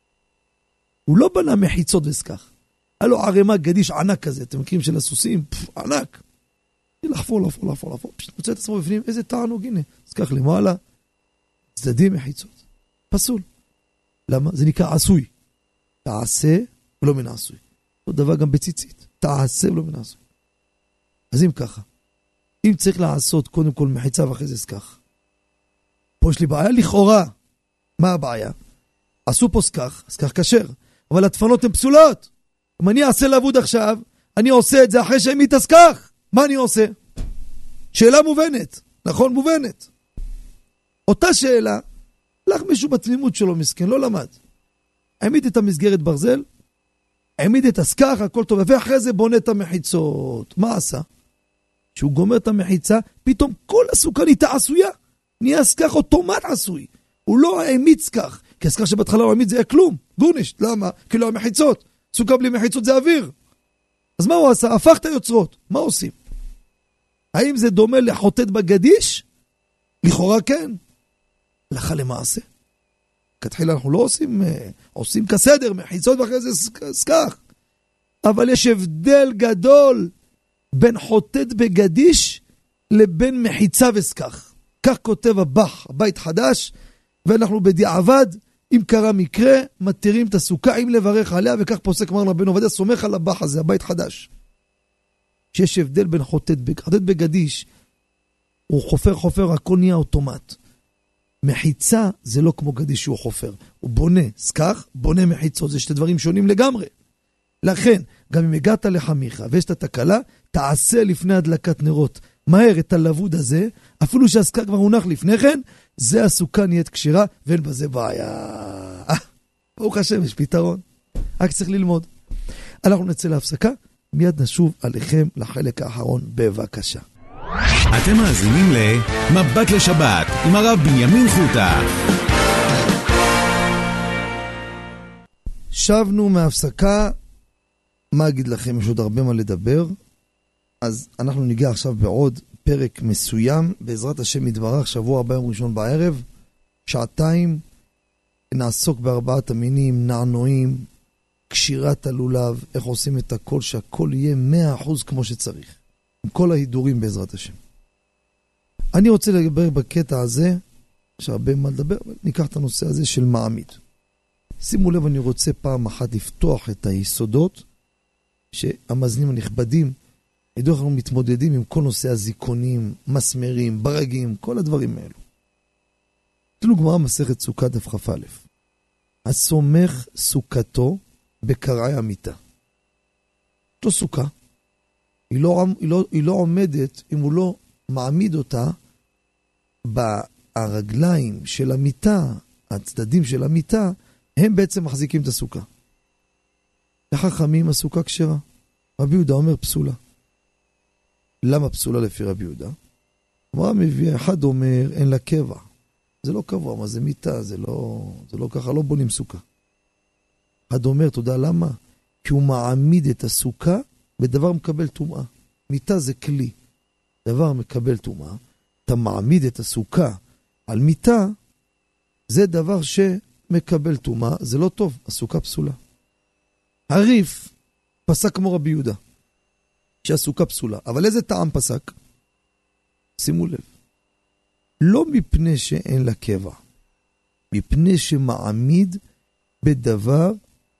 [SPEAKER 2] הוא לא בנה מחיצות וסכך. היה לו ערימה גדיש ענק כזה. אתם מכירים של הסוסים? פף, ענק. היא לחפור, לחפור, לחפור, לחפור. פשוט מוצא את עצמו בפנים. איזה תענוג, הנה. סכך למעלה. צדדים מחיצות. פסול. למה? זה נקרא עשוי. תעשה ולא מן עשוי. אותו דבר גם בציצית. תעשה ולא מן עשוי. אז אם ככה, אם צריך לעשות קודם כל מחיצה ואחרי זה סכך, פה יש לי בעיה לכאורה. מה הבעיה? עשו פה סכך, סכך כשר, אבל הדפנות הן פסולות. אם אני אעשה לעבוד עכשיו, אני עושה את זה אחרי שהם מתסכך. מה אני עושה? שאלה מובנת, נכון? מובנת. אותה שאלה, לך מישהו בתמימות שלו מסכן, לא למד. העמיד את המסגרת ברזל, העמיד את הסכך, הכל טוב, ואחרי זה בונה את המחיצות. מה עשה? כשהוא גומר את המחיצה, פתאום כל הסוכה נהייתה עשויה. נהיה סכך אוטומט עשוי. הוא לא העמיד סכך, כי הסכך שבהתחלה הוא העמיד זה היה כלום. גורנישט, למה? כי לא המחיצות. סוכה בלי מחיצות זה אוויר. אז מה הוא עשה? הפך את היוצרות. מה עושים? האם זה דומה לחוטט בגדיש? לכאורה כן. הלכה למעשה. כתחילה אנחנו לא עושים, עושים כסדר, מחיצות ואחרי זה סכך. אבל יש הבדל גדול בין חוטט בגדיש לבין מחיצה וסכך. כך כותב הבח, הבית חדש, ואנחנו בדיעבד, אם קרה מקרה, מתירים את הסוכה, אם לברך עליה, וכך פוסק מרן רבנו עובדיה, סומך על הבח הזה, הבית חדש. שיש הבדל בין חוטט בגדיש. חוטט בגדיש, הוא חופר חופר, הכל נהיה אוטומט. מחיצה זה לא כמו גדיש שהוא חופר. הוא בונה סכך, בונה מחיצות, זה שתי דברים שונים לגמרי. לכן, גם אם הגעת לחמיך ויש את התקלה, תעשה לפני הדלקת נרות. מהר את הלבוד הזה, אפילו שהסכך כבר הונח לפני כן, זה הסוכה נהיית כשרה, ואין בזה בעיה. ברוך השם, יש פתרון. רק צריך ללמוד. אנחנו נצא להפסקה, מיד נשוב עליכם לחלק האחרון, בבקשה.
[SPEAKER 1] אתם מאזינים למבט לשבת עם הרב בנימין חוטה.
[SPEAKER 2] שבנו מהפסקה, מה אגיד לכם, יש עוד הרבה מה לדבר, אז אנחנו ניגע עכשיו בעוד פרק מסוים, בעזרת השם יתברך, שבוע הבא יום ראשון בערב, שעתיים, נעסוק בארבעת המינים, נענועים, קשירת הלולב, איך עושים את הכל, שהכל יהיה מאה אחוז כמו שצריך. עם כל ההידורים בעזרת השם. אני רוצה לדבר בקטע הזה, שהרבה מה לדבר, אבל ניקח את הנושא הזה של מעמיד. שימו לב, אני רוצה פעם אחת לפתוח את היסודות, שהמאזינים הנכבדים, ידעו אנחנו מתמודדים עם כל נושא הזיכונים, מסמרים, ברגים, כל הדברים האלו. תנו גמרא מסכת סוכה דף כ"א. הסומך סוכתו בקרעי המיטה. יש לו סוכה, היא לא, היא, לא, היא לא עומדת אם הוא לא מעמיד אותה ברגליים של המיטה, הצדדים של המיטה, הם בעצם מחזיקים את הסוכה. לחכמים הסוכה כשרה. רבי יהודה אומר פסולה. למה פסולה לפי רבי יהודה? מה מביא? אחד אומר אין לה קבע. זה לא קבוע, מה זה מיטה, זה לא, זה לא ככה, לא בונים סוכה. אחד אומר, תודה למה? כי הוא מעמיד את הסוכה בדבר מקבל טומאה. מיטה זה כלי. דבר מקבל טומאה. אתה מעמיד את הסוכה על מיטה, זה דבר שמקבל טומאה, זה לא טוב, הסוכה פסולה. הריף פסק כמו רבי יהודה, שהסוכה פסולה. אבל איזה טעם פסק? שימו לב. לא מפני שאין לה קבע, מפני שמעמיד בדבר,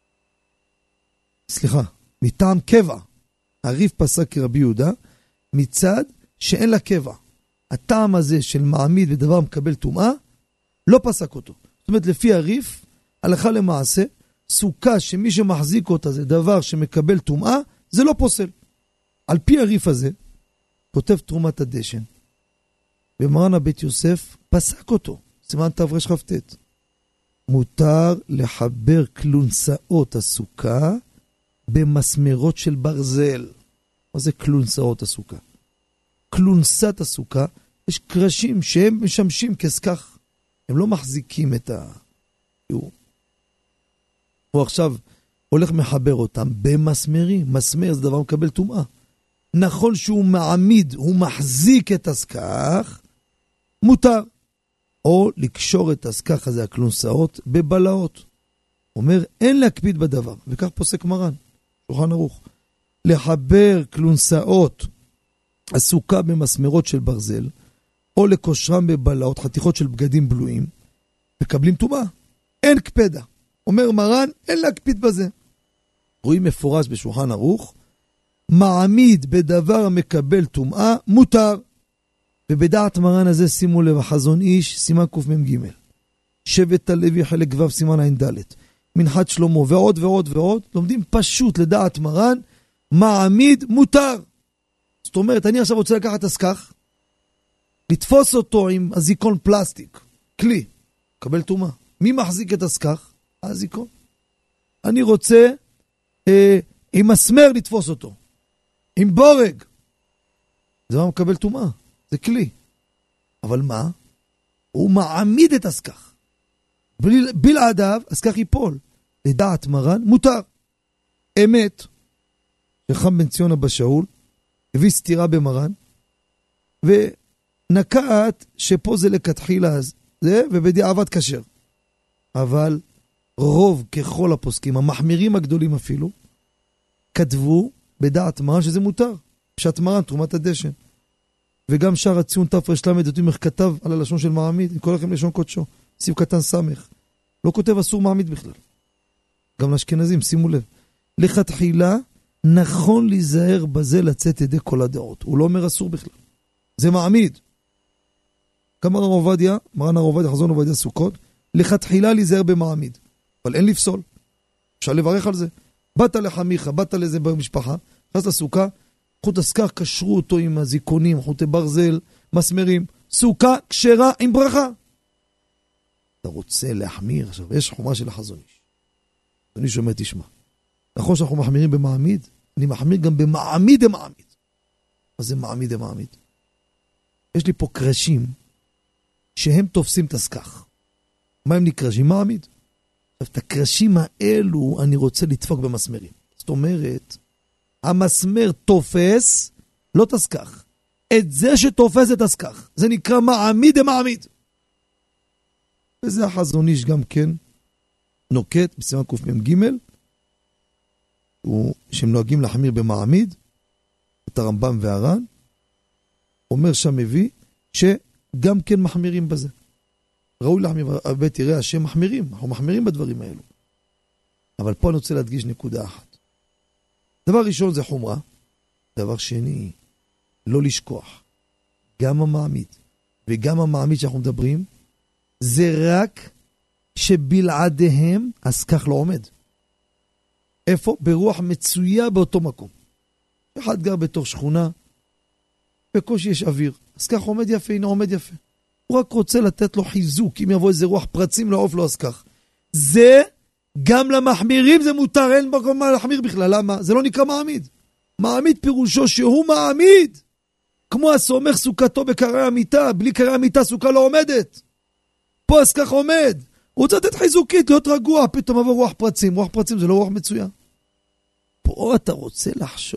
[SPEAKER 2] סליחה, מטעם קבע. הריף פסק כרבי יהודה, מצד שאין לה קבע. הטעם הזה של מעמיד בדבר מקבל טומאה, לא פסק אותו. זאת אומרת, לפי הריף, הלכה למעשה, סוכה שמי שמחזיק אותה זה דבר שמקבל טומאה, זה לא פוסל. על פי הריף הזה, כותב תרומת הדשן, במרן הבית יוסף, פסק אותו, סימן תרש כ"ט. מותר לחבר קלונסאות הסוכה במסמרות של ברזל. מה זה קלונסאות הסוכה? קלונסת הסוכה, יש קרשים שהם משמשים כסכך. הם לא מחזיקים את ה... הוא עכשיו הולך מחבר אותם במסמרים. מסמר זה דבר מקבל טומאה. נכון שהוא מעמיד, הוא מחזיק את הסכך, מותר. או לקשור את הסכך הזה, הקלונסאות, בבלעות. אומר, אין להקפיד בדבר. וכך פוסק מרן, שולחן ערוך. לחבר קלונסאות הסוכה במסמרות של ברזל, או לקושרם בבלעות, חתיכות של בגדים בלויים, מקבלים טומאה. אין קפדה. אומר מרן, אין להקפיד בזה. רואים מפורש בשולחן ערוך, מעמיד בדבר המקבל טומאה, מותר. ובדעת מרן הזה שימו לב, החזון איש, סימן קמ"ג. שבט הלוי חלק ו' סימן ע"ד. מנחת שלמה ועוד ועוד ועוד, לומדים פשוט לדעת מרן, מעמיד מותר. זאת אומרת, אני עכשיו רוצה לקחת הסכך, לתפוס אותו עם הזיקון פלסטיק, כלי, קבל טומאה. מי מחזיק את הסכך? הזיקון. אני רוצה אה, עם מסמר לתפוס אותו, עם בורג. זה מה מקבל טומאה, זה כלי. אבל מה? הוא מעמיד את הסכך. בלעדיו, הסכך ייפול. לדעת מרן, מותר. אמת, שחם בן ציון אבא שאול, הביא סתירה במרן, ונקט שפה זה לכתחילה זה, ובדיעבד כשר. אבל רוב ככל הפוסקים, המחמירים הגדולים אפילו, כתבו בדעת מרן שזה מותר. פשט מרן, תרומת הדשן. וגם שער הציון תרש למד, אותי איך כתב על הלשון של מעמיד, אני קורא לכם לשון קודשו, סיב קטן סמך. לא כותב אסור מעמיד בכלל. גם לאשכנזים, שימו לב. לכתחילה, נכון להיזהר בזה לצאת ידי כל הדעות. הוא לא אומר אסור בכלל. זה מעמיד. גם הרב עובדיה, מרן הרב עובדיה, חזון עובדיה סוכות, לכתחילה להיזהר במעמיד. אבל אין לפסול. אפשר לברך על זה. באת לחמיך, באת לזה במשפחה, נכנס לסוכה, חוט הסכך, קשרו אותו עם הזיקונים, חוטי ברזל, מסמרים, סוכה, כשרה עם ברכה. אתה רוצה להחמיר, עכשיו, יש חומה של החזון איש. אני שומע, תשמע. נכון שאנחנו מחמירים במעמיד, אני מחמיר גם במעמיד המעמיד. מה זה מעמיד המעמיד? יש לי פה קרשים שהם תופסים את הסכך. מה הם נקרשים? מעמיד. עכשיו, את הקרשים האלו אני רוצה לדפוק במסמרים. זאת אומרת, המסמר תופס, לא תסכך. את זה שתופס את הסכך. זה נקרא מעמיד המעמיד. וזה החזון איש גם כן נוקט בסימן קמ"ג, שהם נוהגים להחמיר במעמיד, את הרמב"ם והר"ן, אומר שם מביא, שגם כן מחמירים בזה. ראוי להחמיר, הרבה תראה השם מחמירים, אנחנו מחמירים בדברים האלו. אבל פה אני רוצה להדגיש נקודה אחת. דבר ראשון זה חומרה, דבר שני, לא לשכוח. גם המעמיד וגם המעמיד שאנחנו מדברים, זה רק שבלעדיהם, אז כך לא עומד. איפה? ברוח מצויה באותו מקום. אחד גר בתוך שכונה, בקושי יש אוויר, אז כך עומד יפה, הנה עומד יפה. הוא רק רוצה לתת לו חיזוק, אם יבוא איזה רוח פרצים לעוף לו, אז כך. זה, גם למחמירים זה מותר, אין מקום מה להחמיר בכלל, למה? זה לא נקרא מעמיד. מעמיד פירושו שהוא מעמיד, כמו הסומך סוכתו בקרי המיטה, בלי קרי המיטה סוכה לא עומדת. פה אז כך עומד. הוא רוצה לתת חיזוקית, להיות רגוע, פתאום עבור רוח פרצים. רוח פרצים זה לא רוח מצוין. פה אתה רוצה לחשוש.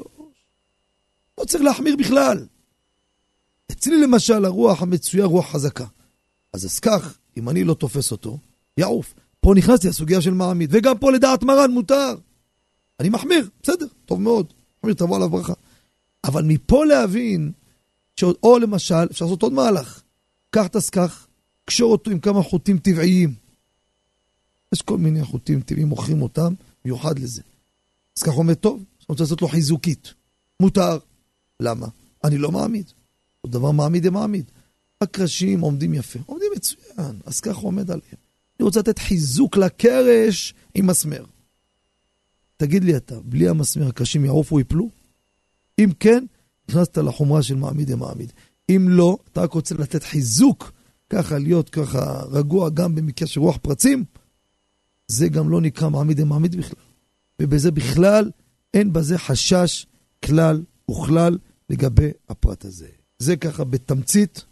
[SPEAKER 2] לא צריך להחמיר בכלל. אצלי למשל הרוח המצויה רוח חזקה. אז אז כך, אם אני לא תופס אותו, יעוף. פה נכנסתי הסוגיה של מעמיד, וגם פה לדעת מרן מותר. אני מחמיר, בסדר, טוב מאוד. מחמיר, תבוא עליו ברכה. אבל מפה להבין, שעוד, או למשל, אפשר לעשות עוד מהלך. קח תסכך, קשור אותו עם כמה חוטים טבעיים. יש כל מיני חוטים טבעיים, מוכרים אותם, מיוחד לזה. אז כך עומד טוב, אני רוצה לעשות לו חיזוקית. מותר. למה? אני לא מעמיד. עוד דבר מעמיד הם מעמיד. הקרשים עומדים יפה, עומדים מצוין, אז כך עומד עליהם. אני רוצה לתת חיזוק לקרש עם מסמר. תגיד לי אתה, בלי המסמר הקרשים יעופו יפלו? אם כן, נכנסת לחומרה של מעמיד הם מעמיד. אם לא, אתה רק רוצה לתת חיזוק, ככה להיות ככה רגוע גם במקרה של רוח פרצים, זה גם לא נקרא מעמיד הם מעמיד בכלל. ובזה בכלל אין בזה חשש כלל וכלל לגבי הפרט הזה. זה ככה בתמצית,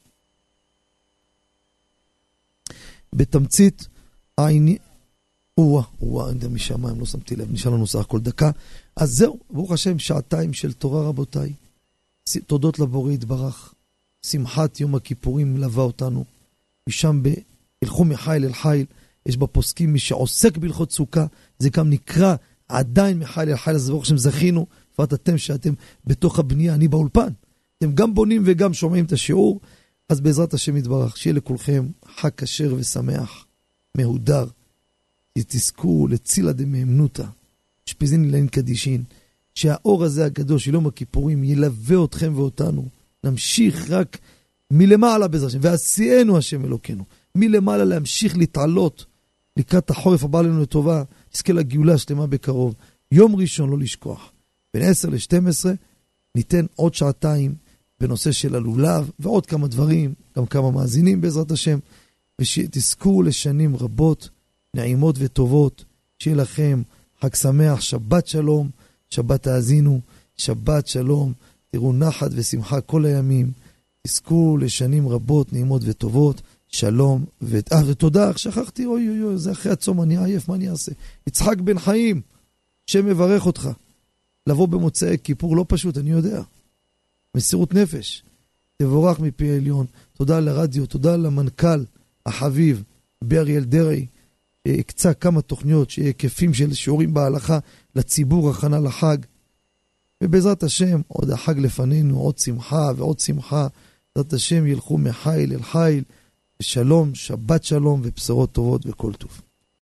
[SPEAKER 2] בתמצית העיני, וואה, וואה, אין דם משמיים, לא שמתי לב, נשאר לנו סך הכל דקה. אז זהו, ברוך השם, שעתיים של תורה רבותיי. תודות לבורא יתברך. שמחת יום הכיפורים מלווה אותנו. משם בהלכו מחיל אל חיל, יש בפוסקים מי שעוסק בהלכות סוכה, זה גם נקרא עדיין מחיל אל חיל, אז ברוך השם זכינו, בפרט אתם שאתם בתוך הבנייה, אני באולפן. אתם גם בונים וגם שומעים את השיעור, אז בעזרת השם יתברך, שיהיה לכולכם חג כשר ושמח, מהודר, תזכו לצילה דמאמנותא, שפיזין לין קדישין, שהאור הזה הגדול של יום הכיפורים ילווה אתכם ואותנו, נמשיך רק מלמעלה בעזרת השם, ועשיינו השם אלוקינו, מלמעלה להמשיך להתעלות, לקראת החורף הבא לנו לטובה, תזכה לגאולה שלמה בקרוב, יום ראשון לא לשכוח, בין עשר לשתים עשרה, ניתן עוד שעתיים בנושא של הלולב, ועוד כמה דברים, גם כמה מאזינים בעזרת השם, ושתזכו לשנים רבות, נעימות וטובות, שיהיה לכם חג שמח, שבת שלום, שבת תאזינו, שבת שלום, תראו נחת ושמחה כל הימים, תזכו לשנים רבות, נעימות וטובות, שלום, ו... אה, ותודה, שכחתי, אוי אוי אוי, זה אחרי הצום, אני עייף, מה אני אעשה? יצחק בן חיים, שם מברך אותך, לבוא במוצאי כיפור לא פשוט, אני יודע, מסירות נפש, תבורך מפי העליון, תודה לרדיו, תודה למנכ"ל החביב, באריאל דרעי, הקצה כמה תוכניות שהיקפים של שיעורים בהלכה לציבור הכנה לחג, ובעזרת השם עוד החג לפנינו, עוד שמחה ועוד שמחה, בעזרת השם ילכו מחיל אל חיל, ושלום, שבת שלום ובשורות טובות וכל טוב.